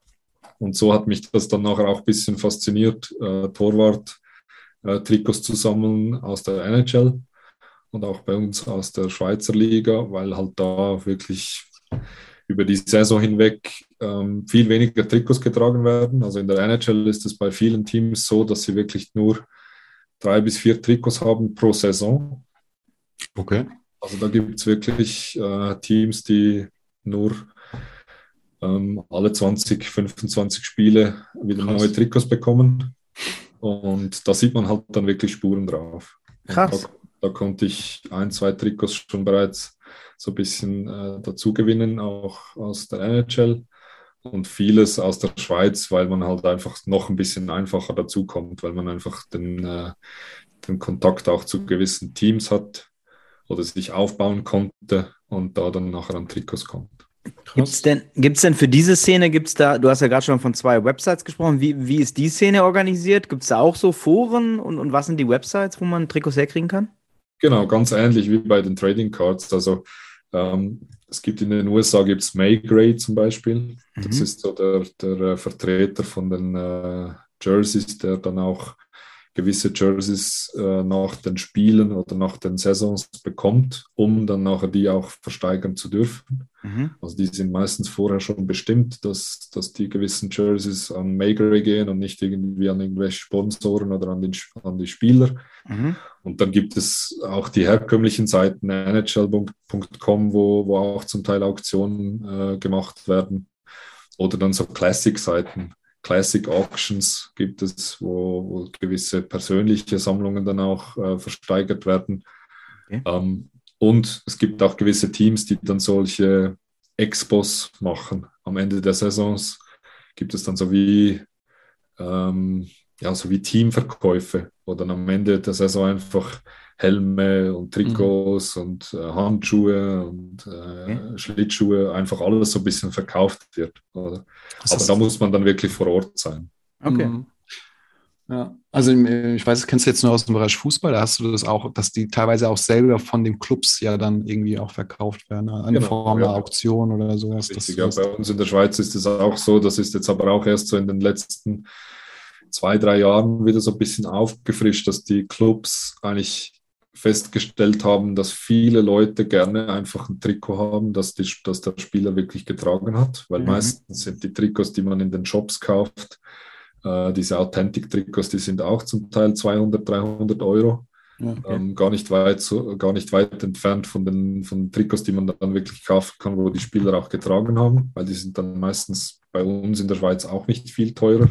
Und so hat mich das dann nachher auch ein bisschen fasziniert, äh, Torwart-Trikots äh, zu sammeln aus der N H L und auch bei uns aus der Schweizer Liga, weil halt da wirklich über die Saison hinweg ähm, viel weniger Trikots getragen werden. Also in der N H L ist es bei vielen Teams so, dass sie wirklich nur drei bis vier Trikots haben pro Saison. Okay. Also da gibt es wirklich äh, Teams, die nur ähm, alle zwanzig, fünfundzwanzig Spiele wieder Krass. Neue Trikots bekommen. Und da sieht man halt dann wirklich Spuren drauf. Krass. Da, da konnte ich ein, zwei Trikots schon bereits so ein bisschen äh, dazu gewinnen, auch aus der N H L und vieles aus der Schweiz, weil man halt einfach noch ein bisschen einfacher dazu kommt, weil man einfach den, äh, den Kontakt auch zu gewissen Teams hat oder sich aufbauen konnte und da dann nachher an Trikots kommt. Gibt es denn, gibt's denn für diese Szene, gibt's da, du hast ja gerade schon von zwei Websites gesprochen, wie, wie ist die Szene organisiert? Gibt es da auch so Foren und, und was sind die Websites, wo man Trikots herkriegen kann? Genau, ganz ähnlich wie bei den Trading Cards. Also ähm, es gibt in den U S A gibt's Maygrade zum Beispiel. Das mhm. ist so der, der Vertreter von den äh, Jerseys, der dann auch gewisse Jerseys äh, nach den Spielen oder nach den Saisons bekommt, um dann nachher die auch versteigern zu dürfen. Mhm. Also die sind meistens vorher schon bestimmt, dass, dass die gewissen Jerseys an Maygrade gehen und nicht irgendwie an irgendwelche Sponsoren oder an, den, an die Spieler. Mhm. Und dann gibt es auch die herkömmlichen Seiten, N H L Punkt com, wo, wo auch zum Teil Auktionen äh, gemacht werden. Oder dann so Classic-Seiten. Classic Auctions gibt es, wo, wo gewisse persönliche Sammlungen dann auch äh, versteigert werden. Okay. Ähm, und es gibt auch gewisse Teams, die dann solche Expos machen. Am Ende der Saisons gibt es dann so wie, ähm, ja, so wie Teamverkäufe, wo dann am Ende der Saison einfach Helme und Trikots mhm. und äh, Handschuhe und äh, okay. Schlittschuhe, einfach alles so ein bisschen verkauft wird. Oder? Aber da muss man dann wirklich vor Ort sein. Okay. Mhm. Ja, also ich weiß, das kennst du jetzt nur aus dem Bereich Fußball, da hast du das auch, dass die teilweise auch selber von den Clubs ja dann irgendwie auch verkauft werden, eine genau, Form einer ja. Auktion oder sowas. Richtig, ja, bei uns in der Schweiz ist es auch so, das ist jetzt aber auch erst so in den letzten zwei, drei Jahren wieder so ein bisschen aufgefrischt, dass die Clubs eigentlich festgestellt haben, dass viele Leute gerne einfach ein Trikot haben, das, die, das der Spieler wirklich getragen hat, weil mhm. meistens sind die Trikots, die man in den Shops kauft, äh, diese Authentic-Trikots, die sind auch zum Teil zweihundert, dreihundert Euro. Okay. Ähm, gar nicht weit, so, gar nicht weit entfernt von den, von den Trikots, die man dann wirklich kaufen kann, wo die Spieler auch getragen haben, weil die sind dann meistens bei uns in der Schweiz auch nicht viel teurer.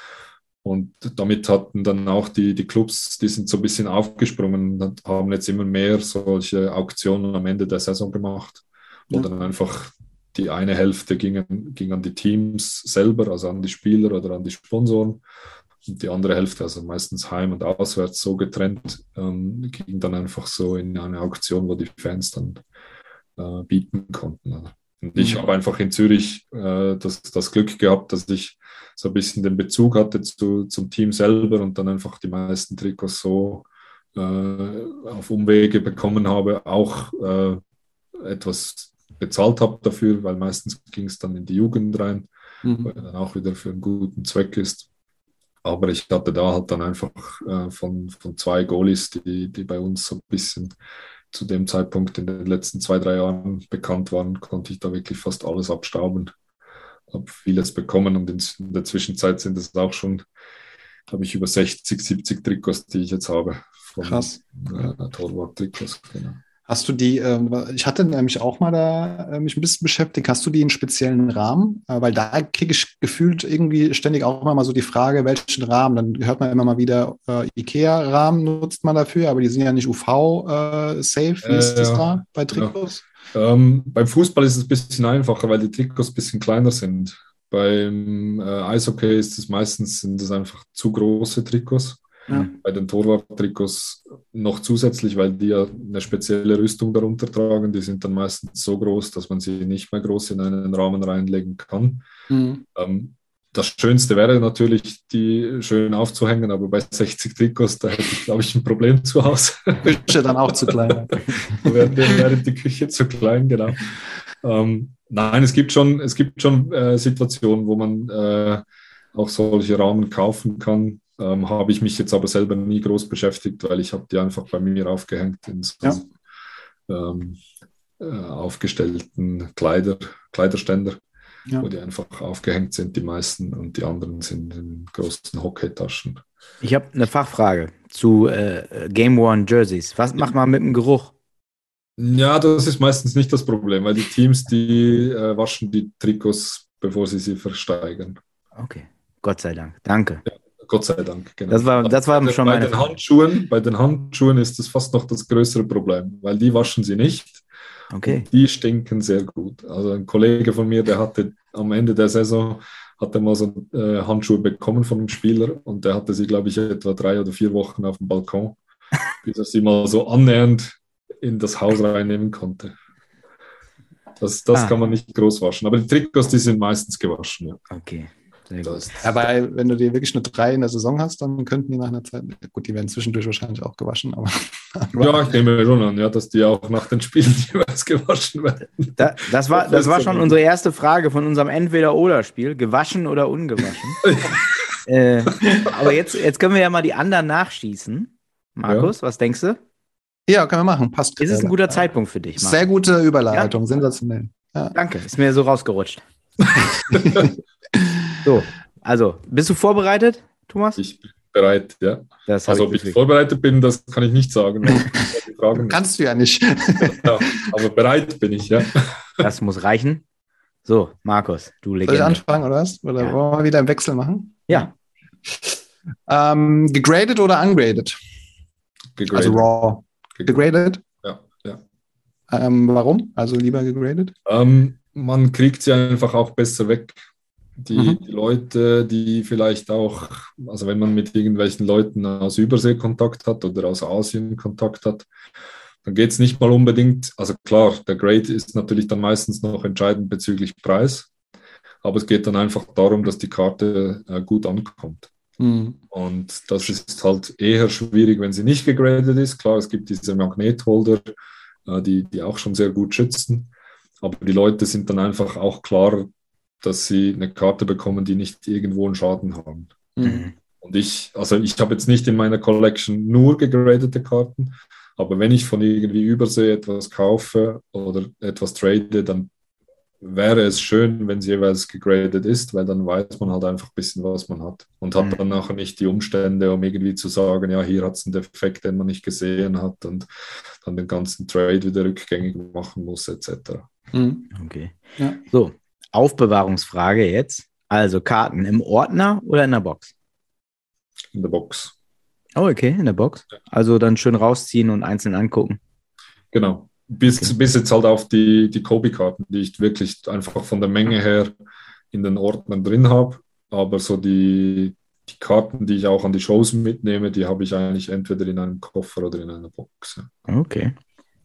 Und damit hatten dann auch die, die Clubs, die sind so ein bisschen aufgesprungen und haben jetzt immer mehr solche Auktionen am Ende der Saison gemacht, wo ja. dann einfach die eine Hälfte ging, ging an die Teams selber, also an die Spieler oder an die Sponsoren. Und die andere Hälfte, also meistens heim und auswärts, so getrennt, ähm, ging dann einfach so in eine Auktion, wo die Fans dann äh, bieten konnten. Und ich mhm. habe einfach in Zürich äh, das, das Glück gehabt, dass ich so ein bisschen den Bezug hatte zu, zum Team selber und dann einfach die meisten Trikots so äh, auf Umwege bekommen habe, auch äh, etwas bezahlt habe dafür, weil meistens ging es dann in die Jugend rein, mhm. weil dann auch wieder für einen guten Zweck ist. Aber ich hatte da halt dann einfach äh, von, von zwei Goalies, die, die bei uns so ein bisschen zu dem Zeitpunkt in den letzten zwei, drei Jahren bekannt waren, konnte ich da wirklich fast alles abstauben. Habe vieles bekommen und in, in der Zwischenzeit sind es auch schon, habe ich über sechzig, siebzig Trikots, die ich jetzt habe. Von, Krass. Äh, Torwart-Trikots, genau. Hast du die, äh, ich hatte nämlich auch mal da äh, mich ein bisschen beschäftigt, hast du die in speziellen Rahmen? Äh, weil da kriege ich gefühlt irgendwie ständig auch immer mal so die Frage, welchen Rahmen? Dann hört man immer mal wieder, äh, IKEA-Rahmen nutzt man dafür, aber die sind ja nicht U V-safe. Wie ist das äh, da bei Trikots? Ja. Ähm, beim Fußball ist es ein bisschen einfacher, weil die Trikots ein bisschen kleiner sind. Beim äh, Eishockey ist es meistens, sind es einfach zu große Trikots. Ja. Bei den Torwart-Trikots noch zusätzlich, weil die ja eine spezielle Rüstung darunter tragen. Die sind dann meistens so groß, dass man sie nicht mehr groß in einen Rahmen reinlegen kann. Mhm. Ähm, das Schönste wäre natürlich, die schön aufzuhängen, aber bei sechzig Trikots, da hätte ich, glaube ich, ein Problem zu Hause. Küche dann auch zu klein. Da wäre, wäre die Küche zu klein, genau. Ähm, nein, es gibt schon, es gibt schon äh, Situationen, wo man äh, auch solche Rahmen kaufen kann. Ähm, habe ich mich jetzt aber selber nie groß beschäftigt, weil ich habe die einfach bei mir aufgehängt in so ja. ähm, äh, aufgestellten Kleider, Kleiderständer, ja. wo die einfach aufgehängt sind, die meisten, und die anderen sind in großen Hockeytaschen. Ich habe eine Fachfrage zu äh, Game-Worn Jerseys. Was macht man mit dem Geruch? Ja, das ist meistens nicht das Problem, weil die Teams, die äh, waschen die Trikots, bevor sie sie versteigern. Okay, Gott sei Dank. Danke. Ja. Gott sei Dank, genau. Das war, das war bei, schon bei meine den Handschuhen, Bei den Handschuhen ist das fast noch das größere Problem, weil die waschen sie nicht. Okay. Und die stinken sehr gut. Also ein Kollege von mir, der hatte am Ende der Saison hatte mal so äh, Handschuhe bekommen von einem Spieler und der hatte sie, glaube ich, etwa drei oder vier Wochen auf dem Balkon, bis er sie mal so annähernd in das Haus reinnehmen konnte. Das, das ah. kann man nicht groß waschen. Aber die Trikots, die sind meistens gewaschen. Ja. Okay. Sehr gut. Aber wenn du dir wirklich nur drei in der Saison hast, dann könnten die nach einer Zeit, gut, die werden zwischendurch wahrscheinlich auch gewaschen, aber. Ja, ich nehme schon an, ja, dass die auch nach den Spielen jeweils gewaschen werden. Da, das war, das war schon unsere erste Frage von unserem Entweder-Oder-Spiel, gewaschen oder ungewaschen. äh, aber jetzt, jetzt können wir ja mal die anderen nachschießen. Markus, ja. Was denkst du? Ja, können wir machen, passt. Ist es ein guter Zeitpunkt für dich, Markus? Sehr gute Überleitung, ja? Sensationell. Ja. Danke, ist mir so rausgerutscht. So, also, bist du vorbereitet, Thomas? Ich bin bereit, ja. Das also, ob ich vorbereitet bin, das kann ich nicht sagen. Die Fragen kannst du ja nicht. Ja, aber bereit bin ich, ja. Das muss reichen. So, Markus, du Legende. Soll ich anfangen, oder was? Oder ja. Wollen wir wieder im Wechsel machen? Ja. Ähm, gegradet oder ungraded? Gegradet. Also raw. Gegradet? Ja, ja. Ähm, warum? Also lieber gegradet? Ähm, man kriegt sie einfach auch besser weg. Die, mhm. die Leute, die vielleicht auch, also wenn man mit irgendwelchen Leuten aus Übersee Kontakt hat oder aus Asien Kontakt hat, dann geht es nicht mal unbedingt, also klar, der Grade ist natürlich dann meistens noch entscheidend bezüglich Preis, aber es geht dann einfach darum, dass die Karte äh, gut ankommt. Mhm. Und das ist halt eher schwierig, wenn sie nicht gegradet ist. Klar, es gibt diese Magnetholder, äh, die, die auch schon sehr gut schützen, aber die Leute sind dann einfach auch klar, dass sie eine Karte bekommen, die nicht irgendwo einen Schaden haben. Mhm. Und ich, also ich habe jetzt nicht in meiner Collection nur gegradete Karten, aber wenn ich von irgendwie Übersee etwas kaufe oder etwas trade, dann wäre es schön, wenn es jeweils gegradet ist, weil dann weiß man halt einfach ein bisschen, was man hat und hat dann nachher nicht die Umstände, um irgendwie zu sagen, ja, hier hat es einen Defekt, den man nicht gesehen hat und dann den ganzen Trade wieder rückgängig machen muss, et cetera. Mhm. Okay. Ja. So, Aufbewahrungsfrage jetzt. Also Karten im Ordner oder in der Box? In der Box. Oh, okay, in der Box. Also dann schön rausziehen und einzeln angucken. Genau. Bis, okay. bis jetzt halt auf die, die Kobe-Karten, die ich wirklich einfach von der Menge her in den Ordnern drin habe. Aber so die, die Karten, die ich auch an die Shows mitnehme, die habe ich eigentlich entweder in einem Koffer oder in einer Box. Okay.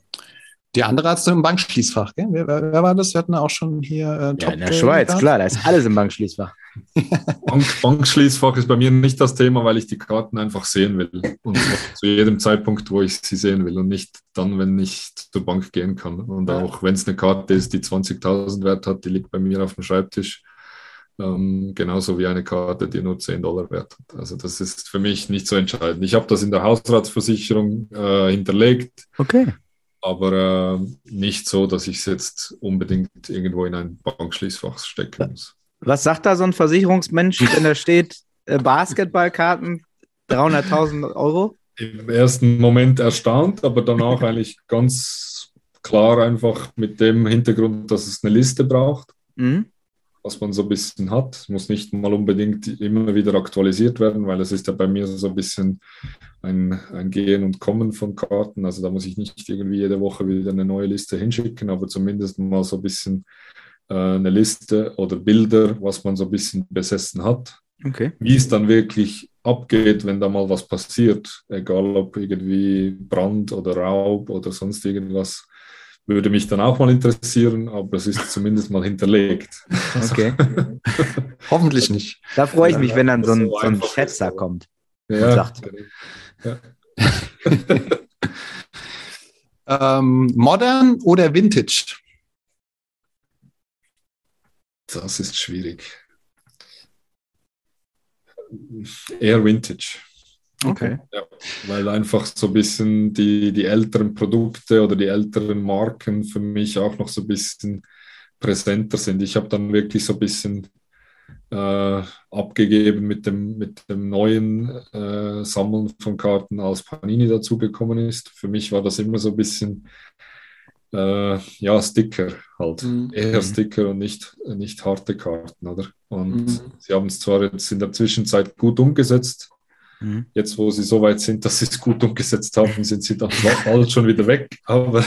Die andere hast du im Bankschließfach, gell? Wer, wer war das? Wir hatten auch schon hier äh, Top ja, in der Schweiz, gehabt. Klar, da ist alles im Bankschließfach. Bank, Bankschließfach ist bei mir nicht das Thema, weil ich die Karten einfach sehen will. Und zu jedem Zeitpunkt, wo ich sie sehen will und nicht dann, wenn ich zur Bank gehen kann. Und auch wenn es eine Karte ist, die zwanzigtausend Wert hat, die liegt bei mir auf dem Schreibtisch. Ähm, genauso wie eine Karte, die nur zehn Dollar wert hat. Also das ist für mich nicht so entscheidend. Ich habe das in der Hausratsversicherung äh, hinterlegt. Okay. Aber äh, nicht so, dass ich es jetzt unbedingt irgendwo in ein Bankschließfach stecken muss. Was sagt da so ein Versicherungsmensch, wenn da steht, äh, Basketballkarten, dreihunderttausend Euro? Im ersten Moment erstaunt, aber danach eigentlich ganz klar einfach mit dem Hintergrund, dass es eine Liste braucht, mhm. was man so ein bisschen hat. Es muss nicht mal unbedingt immer wieder aktualisiert werden, weil es ist ja bei mir so ein bisschen ein, ein Gehen und Kommen von Karten. Also da muss ich nicht irgendwie jede Woche wieder eine neue Liste hinschicken, aber zumindest mal so ein bisschen äh, eine Liste oder Bilder, was man so ein bisschen besessen hat. Okay. Wie es dann wirklich abgeht, wenn da mal was passiert, egal ob irgendwie Brand oder Raub oder sonst irgendwas, würde mich dann auch mal interessieren, aber es ist zumindest mal hinterlegt. Okay. Hoffentlich nicht. Da freue ich mich, wenn dann so ein, so ein Schätzer kommt und ja, sagt. Ja. ähm, modern oder Vintage? Das ist schwierig. Eher Vintage. Okay. Ja, weil einfach so ein bisschen die, die älteren Produkte oder die älteren Marken für mich auch noch so ein bisschen präsenter sind. Ich habe dann wirklich so ein bisschen äh, abgegeben mit dem, mit dem neuen äh, Sammeln von Karten, als Panini dazugekommen ist. Für mich war das immer so ein bisschen äh, ja, Sticker halt. Mhm. Eher Sticker und nicht, nicht harte Karten, oder? Und mhm. sie haben es zwar jetzt in der Zwischenzeit gut umgesetzt. Mhm. Jetzt, wo sie so weit sind, dass sie es gut umgesetzt haben, sind sie dann bald schon wieder weg. Aber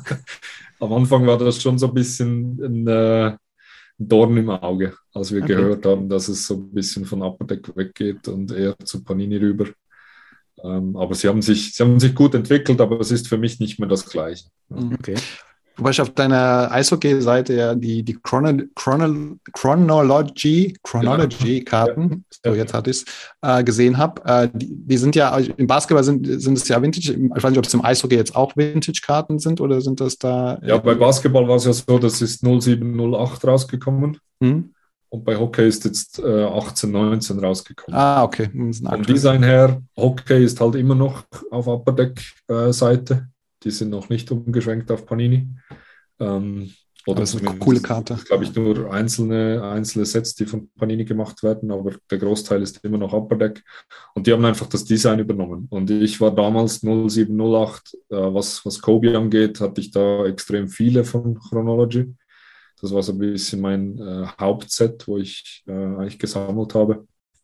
am Anfang war das schon so ein bisschen ein, äh, ein Dorn im Auge, als wir okay. gehört haben, dass es so ein bisschen von Upper Deck weggeht und eher zu Panini rüber. Ähm, aber sie haben, sich, sie haben sich gut entwickelt, aber es ist für mich nicht mehr das Gleiche. Okay. Wobei ich auf deiner Eishockey-Seite ja die, die Chrono, Chrono, Chronology, Chronology-Karten, ja. so jetzt hatte ich es, äh, gesehen habe. Äh, die, die sind ja, im Basketball sind, sind es ja Vintage. Ich weiß nicht, ob es im Eishockey jetzt auch Vintage-Karten sind oder sind das da... Äh, ja, bei Basketball war es ja so, das ist null sieben null acht rausgekommen. Hm? Und bei Hockey ist jetzt äh, achtzehn neunzehn rausgekommen. Ah, okay. Vom Design her, Hockey ist halt immer noch auf Upper Deck-Seite. Äh, Die sind noch nicht umgeschwenkt auf Panini. Ähm, oder das ist eine coole Karte. Glaube ich, nur einzelne, einzelne Sets, die von Panini gemacht werden, aber der Großteil ist immer noch Upper Deck. Und die haben einfach das Design übernommen. Und ich war damals null sieben null acht, äh, was, was Kobe angeht, hatte ich da extrem viele von Chronology. Das war so ein bisschen mein äh, Hauptset, wo ich äh, eigentlich gesammelt habe.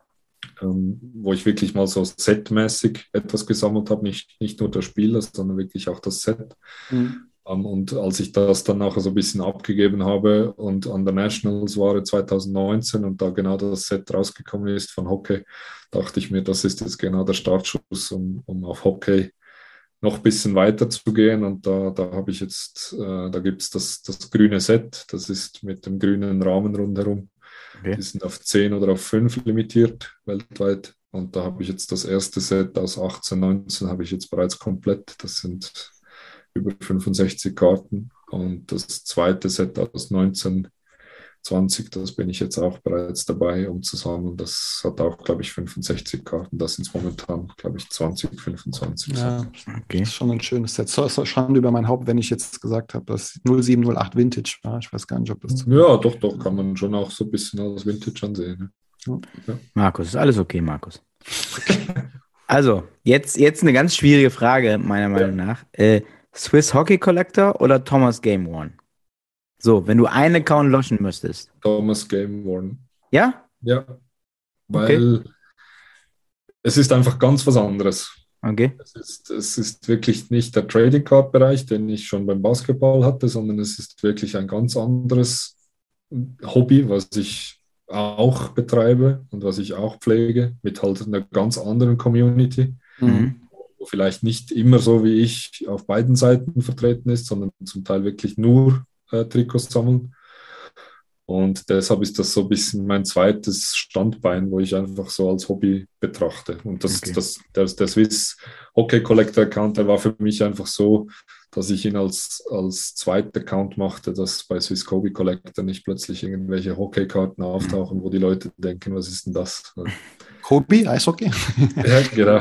Ähm, wo ich wirklich mal so setmäßig etwas gesammelt habe, nicht, nicht nur das Spiel, sondern wirklich auch das Set. Mhm. Um, und als ich das dann nachher so ein bisschen abgegeben habe und an der Nationals war zwanzig neunzehn und da genau das Set rausgekommen ist von Hockey, dachte ich mir, das ist jetzt genau der Startschuss, um, um auf Hockey noch ein bisschen weiter zu gehen. Und da, da habe ich jetzt, äh, da gibt es das, das grüne Set, das ist mit dem grünen Rahmen rundherum. Okay. Die sind auf zehn oder auf fünf limitiert weltweit. Und da habe ich jetzt das erste Set aus achtzehn neunzehn habe ich jetzt bereits komplett. Das sind über fünfundsechzig Karten. Und das zweite Set aus neunzehn zwanzig, das bin ich jetzt auch bereits dabei, um zu sammeln. Das hat auch, glaube ich, fünfundsechzig Karten. Das sind momentan, glaube ich, zwanzig, fünfundzwanzig. Ja, okay. Das ist schon ein schönes Set. So, so Schande über mein Haupt, wenn ich jetzt gesagt habe, dass null sieben null acht Vintage war. Ich weiß gar nicht, ob das... Ja, doch, doch, kann man schon auch so ein bisschen als Vintage ansehen. Ja. Ja. Markus, ist alles okay, Markus. Also, jetzt, jetzt eine ganz schwierige Frage, meiner Meinung nach. Äh, Swiss Hockey Collector oder Thomas Game Worn? So, wenn du einen Account löschen müsstest. Thomas Game Worn. Ja? Ja, weil Okay. es ist einfach ganz was anderes. Okay. Es ist, es ist wirklich nicht der Trading Card Bereich, den ich schon beim Basketball hatte, sondern es ist wirklich ein ganz anderes Hobby, was ich auch betreibe und was ich auch pflege, mit halt einer ganz anderen Community, Mhm. wo vielleicht nicht immer so wie ich auf beiden Seiten vertreten ist, sondern zum Teil wirklich nur äh, Trikots sammeln. Und deshalb ist das so ein bisschen mein zweites Standbein, wo ich einfach so als Hobby betrachte. Und das, Okay. das, der, der Swiss Hockey Collector Account, der war für mich einfach so, dass ich ihn als, als zweiten Account machte, dass bei Swiss Hobby Collector nicht plötzlich irgendwelche Hockeykarten auftauchen, wo die Leute denken, was ist denn das? Hobby, Eishockey? Ja, genau.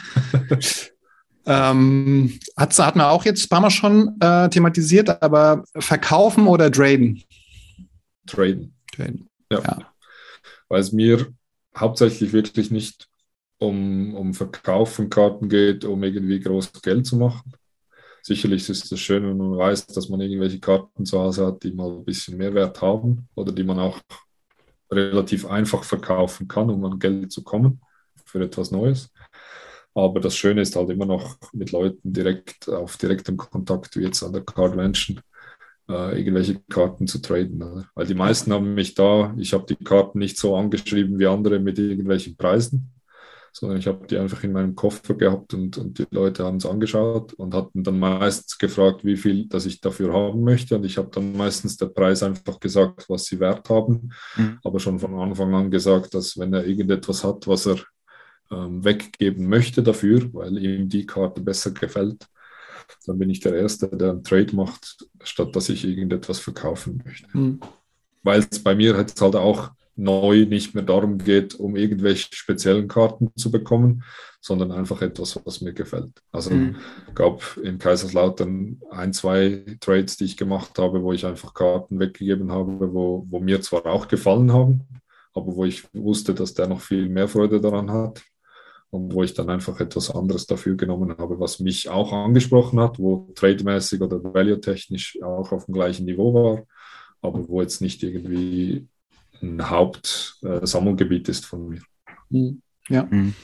ähm, hat, hat man auch jetzt ein paar Mal schon äh, thematisiert, aber verkaufen oder traden? Traden. Traden. Ja. Ja. Weil es mir hauptsächlich wirklich nicht um, um Verkauf von Karten geht, um irgendwie groß Geld zu machen. Sicherlich ist es schön, wenn man weiß, dass man irgendwelche Karten zu Hause hat, die mal ein bisschen mehr Wert haben oder die man auch relativ einfach verkaufen kann, um an Geld zu kommen für etwas Neues. Aber das Schöne ist halt immer noch mit Leuten direkt auf direktem Kontakt, wie jetzt an der Cardvention, äh, irgendwelche Karten zu traden. Oder? Weil die meisten haben mich da, ich habe die Karten nicht so angeschrieben wie andere mit irgendwelchen Preisen, sondern ich habe die einfach in meinem Koffer gehabt und, und die Leute haben es angeschaut und hatten dann meistens gefragt, wie viel das ich dafür haben möchte. Und ich habe dann meistens der Preis einfach gesagt, was sie wert haben, Mhm. aber schon von Anfang an gesagt, dass wenn er irgendetwas hat, was er ähm, weggeben möchte dafür, weil ihm die Karte besser gefällt, dann bin ich der Erste, der einen Trade macht, statt dass ich irgendetwas verkaufen möchte. Hm. Weil es bei mir jetzt halt auch neu nicht mehr darum geht, um irgendwelche speziellen Karten zu bekommen, sondern einfach etwas, was mir gefällt. Also Mhm. gab in Kaiserslautern ein, zwei Trades, die ich gemacht habe, wo ich einfach Karten weggegeben habe, wo, wo mir zwar auch gefallen haben, aber wo ich wusste, dass der noch viel mehr Freude daran hat und wo ich dann einfach etwas anderes dafür genommen habe, was mich auch angesprochen hat, wo trademäßig oder value-technisch auch auf dem gleichen Niveau war, aber wo jetzt nicht irgendwie ein Hauptsammelgebiet ist von mir. Hm. Ja. Mhm.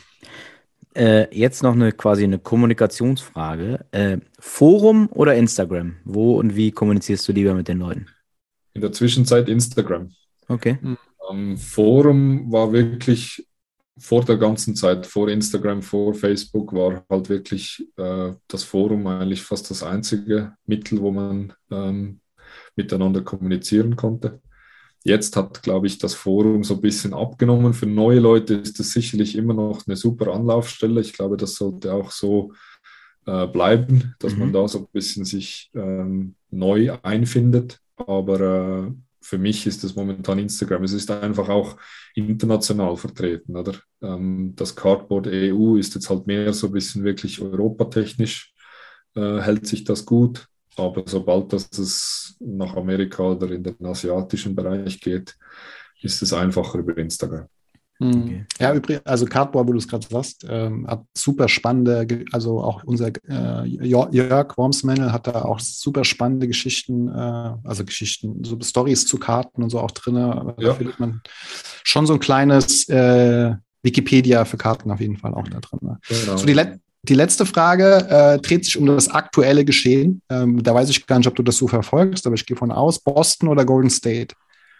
Äh, jetzt noch eine quasi eine Kommunikationsfrage. Äh, Forum oder Instagram? Wo und wie kommunizierst du lieber mit den Leuten? In der Zwischenzeit Instagram. Okay. Am Forum war wirklich vor der ganzen Zeit, vor Instagram, vor Facebook, war halt wirklich äh, das Forum eigentlich fast das einzige Mittel, wo man ähm, miteinander kommunizieren konnte. Jetzt hat, glaube ich, das Forum so ein bisschen abgenommen. Für neue Leute ist es sicherlich immer noch eine super Anlaufstelle. Ich glaube, das sollte auch so äh, bleiben, dass Mhm. man da so ein bisschen sich ähm, neu einfindet. Aber äh, für mich ist es momentan Instagram. Es ist einfach auch international vertreten, oder? Ähm, das Cardboard E U ist jetzt halt mehr so ein bisschen wirklich europatechnisch, äh, hält sich das gut. Aber sobald das es nach Amerika oder in den asiatischen Bereich geht, ist es einfacher über Instagram. Hm. Okay. Ja, übrigens, also Cardboard, wo du es gerade sagst, ähm, hat super spannende, Ge- also auch unser äh, Jör- Jörg Wormsmännel hat da auch super spannende Geschichten, äh, also Geschichten, so Stories zu Karten und so auch drin. Da Ja. findet man schon so ein kleines äh, Wikipedia für Karten auf jeden Fall auch da drin. Ne? Genau. So, die, Let die letzte Frage äh, dreht sich um das aktuelle Geschehen. Ähm, da weiß ich gar nicht, ob du das so verfolgst, aber ich gehe von aus, Boston oder Golden State?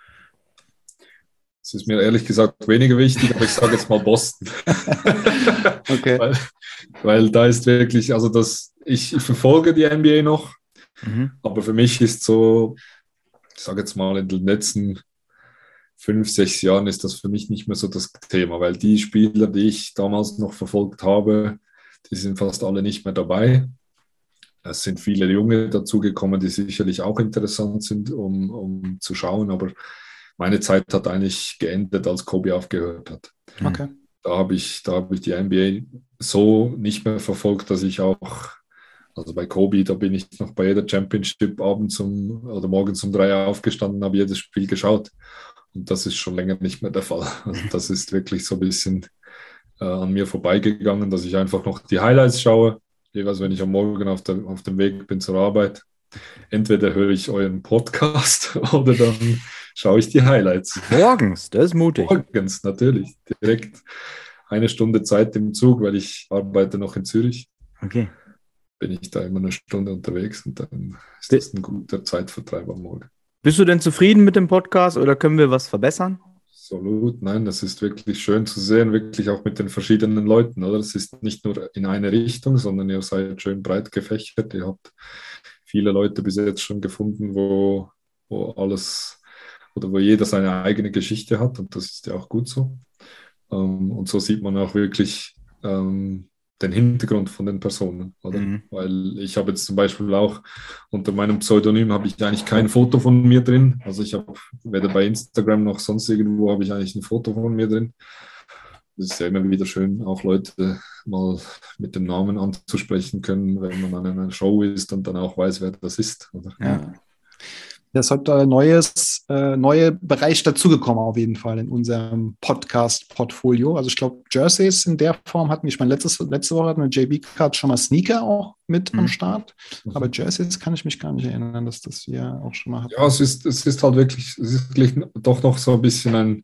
Das ist mir ehrlich gesagt weniger wichtig, aber ich sage jetzt mal Boston. Okay. weil, weil da ist wirklich, also das, ich, ich verfolge die N B A noch, Mhm. aber für mich ist so, ich sage jetzt mal in den letzten fünf, sechs Jahren ist das für mich nicht mehr so das Thema, weil die Spieler, die ich damals noch verfolgt habe, die sind fast alle nicht mehr dabei. Es sind viele Junge dazugekommen, die sicherlich auch interessant sind, um, um zu schauen, aber meine Zeit hat eigentlich geendet, als Kobe aufgehört hat. Okay. Da habe ich, da habe ich die N B A so nicht mehr verfolgt, dass ich auch, also bei Kobe, da bin ich noch bei jeder Championship abends um oder morgens um drei aufgestanden, habe jedes Spiel geschaut. Und das ist schon länger nicht mehr der Fall. Also das ist wirklich so ein bisschen äh, an mir vorbeigegangen, dass ich einfach noch die Highlights schaue, jeweils wenn ich am Morgen auf, der, auf dem Weg bin zur Arbeit. Entweder höre ich euren Podcast oder dann schaue ich die Highlights. Morgens, das ist mutig. Morgens, natürlich. Direkt eine Stunde Zeit im Zug, weil ich arbeite noch in Zürich. Okay. Bin ich da immer eine Stunde unterwegs und dann ist das ein guter Zeitvertreib am Morgen. Bist du denn zufrieden mit dem Podcast oder können wir was verbessern? Absolut, nein, das ist wirklich schön zu sehen, wirklich auch mit den verschiedenen Leuten, oder? Es ist nicht nur in eine Richtung, sondern ihr seid schön breit gefächert. Ihr habt viele Leute bis jetzt schon gefunden, wo, wo alles oder wo jeder seine eigene Geschichte hat und das ist ja auch gut so. Ähm, und so sieht man auch wirklich ähm, den Hintergrund von den Personen, oder? Mhm. Weil ich habe jetzt zum Beispiel auch unter meinem Pseudonym habe ich eigentlich kein Foto von mir drin. Also ich habe weder bei Instagram noch sonst irgendwo habe ich eigentlich ein Foto von mir drin. Es ist ja immer wieder schön, auch Leute mal mit dem Namen anzusprechen können, wenn man an einer Show ist und dann auch weiß, wer das ist. Oder? Ja. Es hat ein neues, äh, neue Bereich dazugekommen auf jeden Fall in unserem Podcast-Portfolio. Also ich glaube, Jerseys in der Form hatten wir, ich meine, letztes, letzte Woche hatten wir J B-Card schon mal Sneaker auch mit mhm. am Start. Aber Jerseys kann ich mich gar nicht erinnern, dass das wir auch schon mal hatten. Ja, es ist, es ist halt wirklich, es ist wirklich doch noch so ein bisschen ein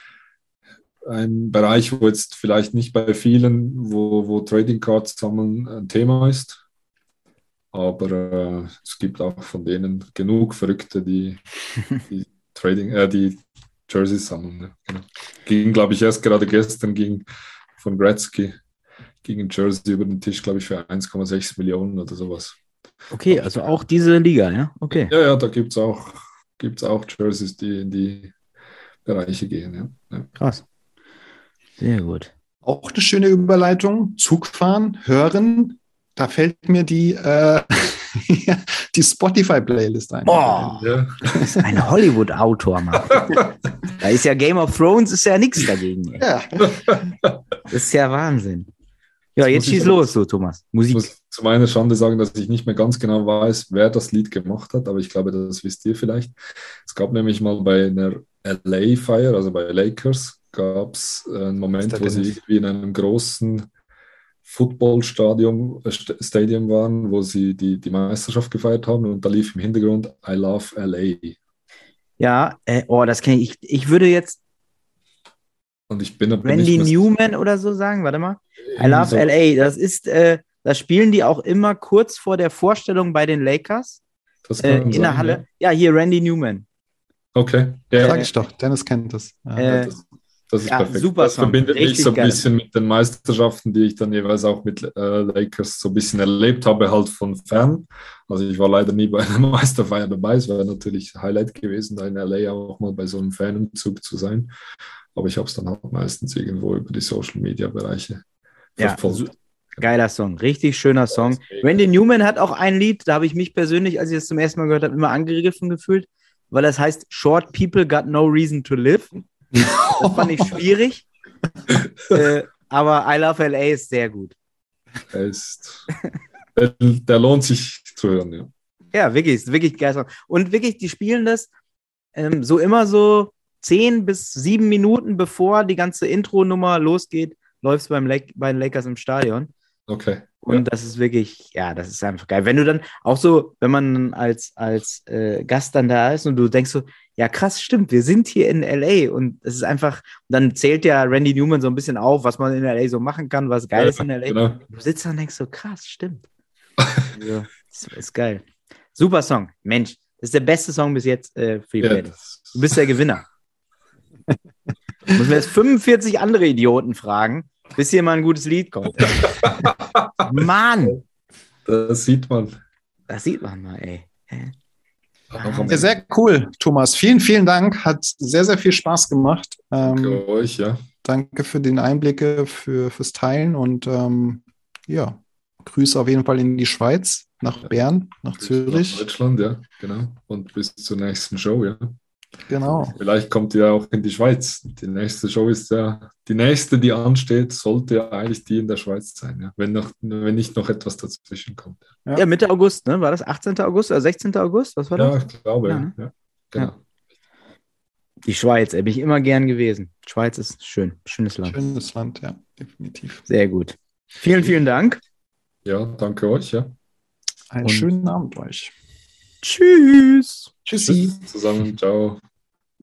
ein Bereich, wo jetzt vielleicht nicht bei vielen, wo, wo Trading Cards sammeln ein Thema ist. Aber äh, es gibt auch von denen genug Verrückte, die, die Trading, äh, die Jerseys sammeln. Ne? Genau. Ging, glaube ich, erst gerade gestern ging von Gretzky gegen Jersey über den Tisch, glaube ich, für eins Komma sechs Millionen oder sowas. Okay, also auch diese Liga, ja? Okay. Ja, ja, da gibt es auch, gibt's auch Jerseys, die in die Bereiche gehen. Ja. Ja. Krass. Sehr gut. Auch eine schöne Überleitung. Zugfahren, hören. Da fällt mir die, äh, die Spotify-Playlist ein. Oh, ja. Das ist ein Hollywood-Autor, Mann. Da ist ja Game of Thrones, ist ja nichts dagegen. Ja. Das ist ja Wahnsinn. Ja, jetzt schieß los, so Thomas. Musik. Ich muss zu meiner Schande sagen, dass ich nicht mehr ganz genau weiß, wer das Lied gemacht hat, aber ich glaube, das wisst ihr vielleicht. Es gab nämlich mal bei einer L A-Feier, also bei Lakers, gab es einen Moment, wo sie irgendwie in einem großen Footballstadion äh, Stadium waren, wo sie die, die Meisterschaft gefeiert haben und da lief im Hintergrund I Love L A. Ja, äh, oh, das kenne ich. ich. Ich würde jetzt und ich bin, Randy Newman oder so sagen, warte mal. I Love so. L A, das ist, äh, das spielen die auch immer kurz vor der Vorstellung bei den Lakers das äh, in sein, der Halle. Ja. ja, hier Randy Newman. Okay. Ja, sag ich doch, Dennis kennt das. Ja, äh, das Das ist ja, perfekt. Super das Song. verbindet Richtig mich so ein geil. bisschen mit den Meisterschaften, die ich dann jeweils auch mit äh, Lakers so ein bisschen erlebt habe, halt von fern. Also ich war leider nie bei einer Meisterfeier dabei. Es wäre natürlich ein Highlight gewesen, da in L A auch mal bei so einem Fanumzug zu sein. Aber ich habe es dann halt meistens irgendwo über die Social-Media-Bereiche ja, verfolgt. Geiler Song, richtig schöner Song. Randy Newman hat auch ein Lied, da habe ich mich persönlich, als ich das zum ersten Mal gehört habe, immer angegriffen gefühlt, weil das heißt Short People Got No Reason to Live. Das fand ich schwierig. äh, aber I Love L A ist sehr gut. Er ist, der, der lohnt sich zu hören, ja. Ja, wirklich, ist wirklich geil Song. Und wirklich, die spielen das ähm, so immer so zehn bis sieben Minuten, bevor die ganze Intro-Nummer losgeht, läuft es beim Lake, bei den Lakers im Stadion. Okay. Und ja. das ist wirklich, ja, das ist einfach geil. Wenn du dann auch so, wenn man als, als äh, Gast dann da ist und du denkst so, ja krass, stimmt, wir sind hier in L A und es ist einfach, dann zählt ja Randy Newman so ein bisschen auf, was man in L A so machen kann, was geil ja, ist in L A. Genau. Du sitzt da und denkst so, krass, stimmt. Also, das ist geil. Super Song. Mensch, das ist der beste Song bis jetzt äh, für die ja, Band. Du bist der Gewinner. Müssen wir jetzt fünfundvierzig andere Idioten fragen, bis hier mal ein gutes Lied kommt. Mann! Das sieht man. Das sieht man mal, ey. Ja, sehr cool, Thomas. Vielen, vielen Dank. Hat sehr, sehr viel Spaß gemacht. Danke ähm, euch, ja. Danke für den Einblicke, für, fürs Teilen und ähm, ja, Grüße auf jeden Fall in die Schweiz, nach Bern, nach Grüße Zürich. Nach Deutschland, ja, genau. Und bis zur nächsten Show, ja. Genau. Vielleicht kommt ihr auch in die Schweiz. Die nächste Show ist ja, die nächste, die ansteht, sollte ja eigentlich die in der Schweiz sein, ja? wenn, noch, wenn nicht noch etwas dazwischen kommt. Ja, ja Mitte August, ne? War das achtzehnten August oder sechzehnten August? Was war ja, das? Ich glaube, ja. ja. Ne? ja genau. Ja. Die Schweiz, ey, bin ich immer gern gewesen. Schweiz ist schön, schönes Land. Schönes Land, ja, definitiv. Sehr gut. Vielen, vielen Dank. Ja, danke euch, ja. Einen Und schönen Abend euch. Tschüss. Tschüssi. Tschüss zusammen, ciao.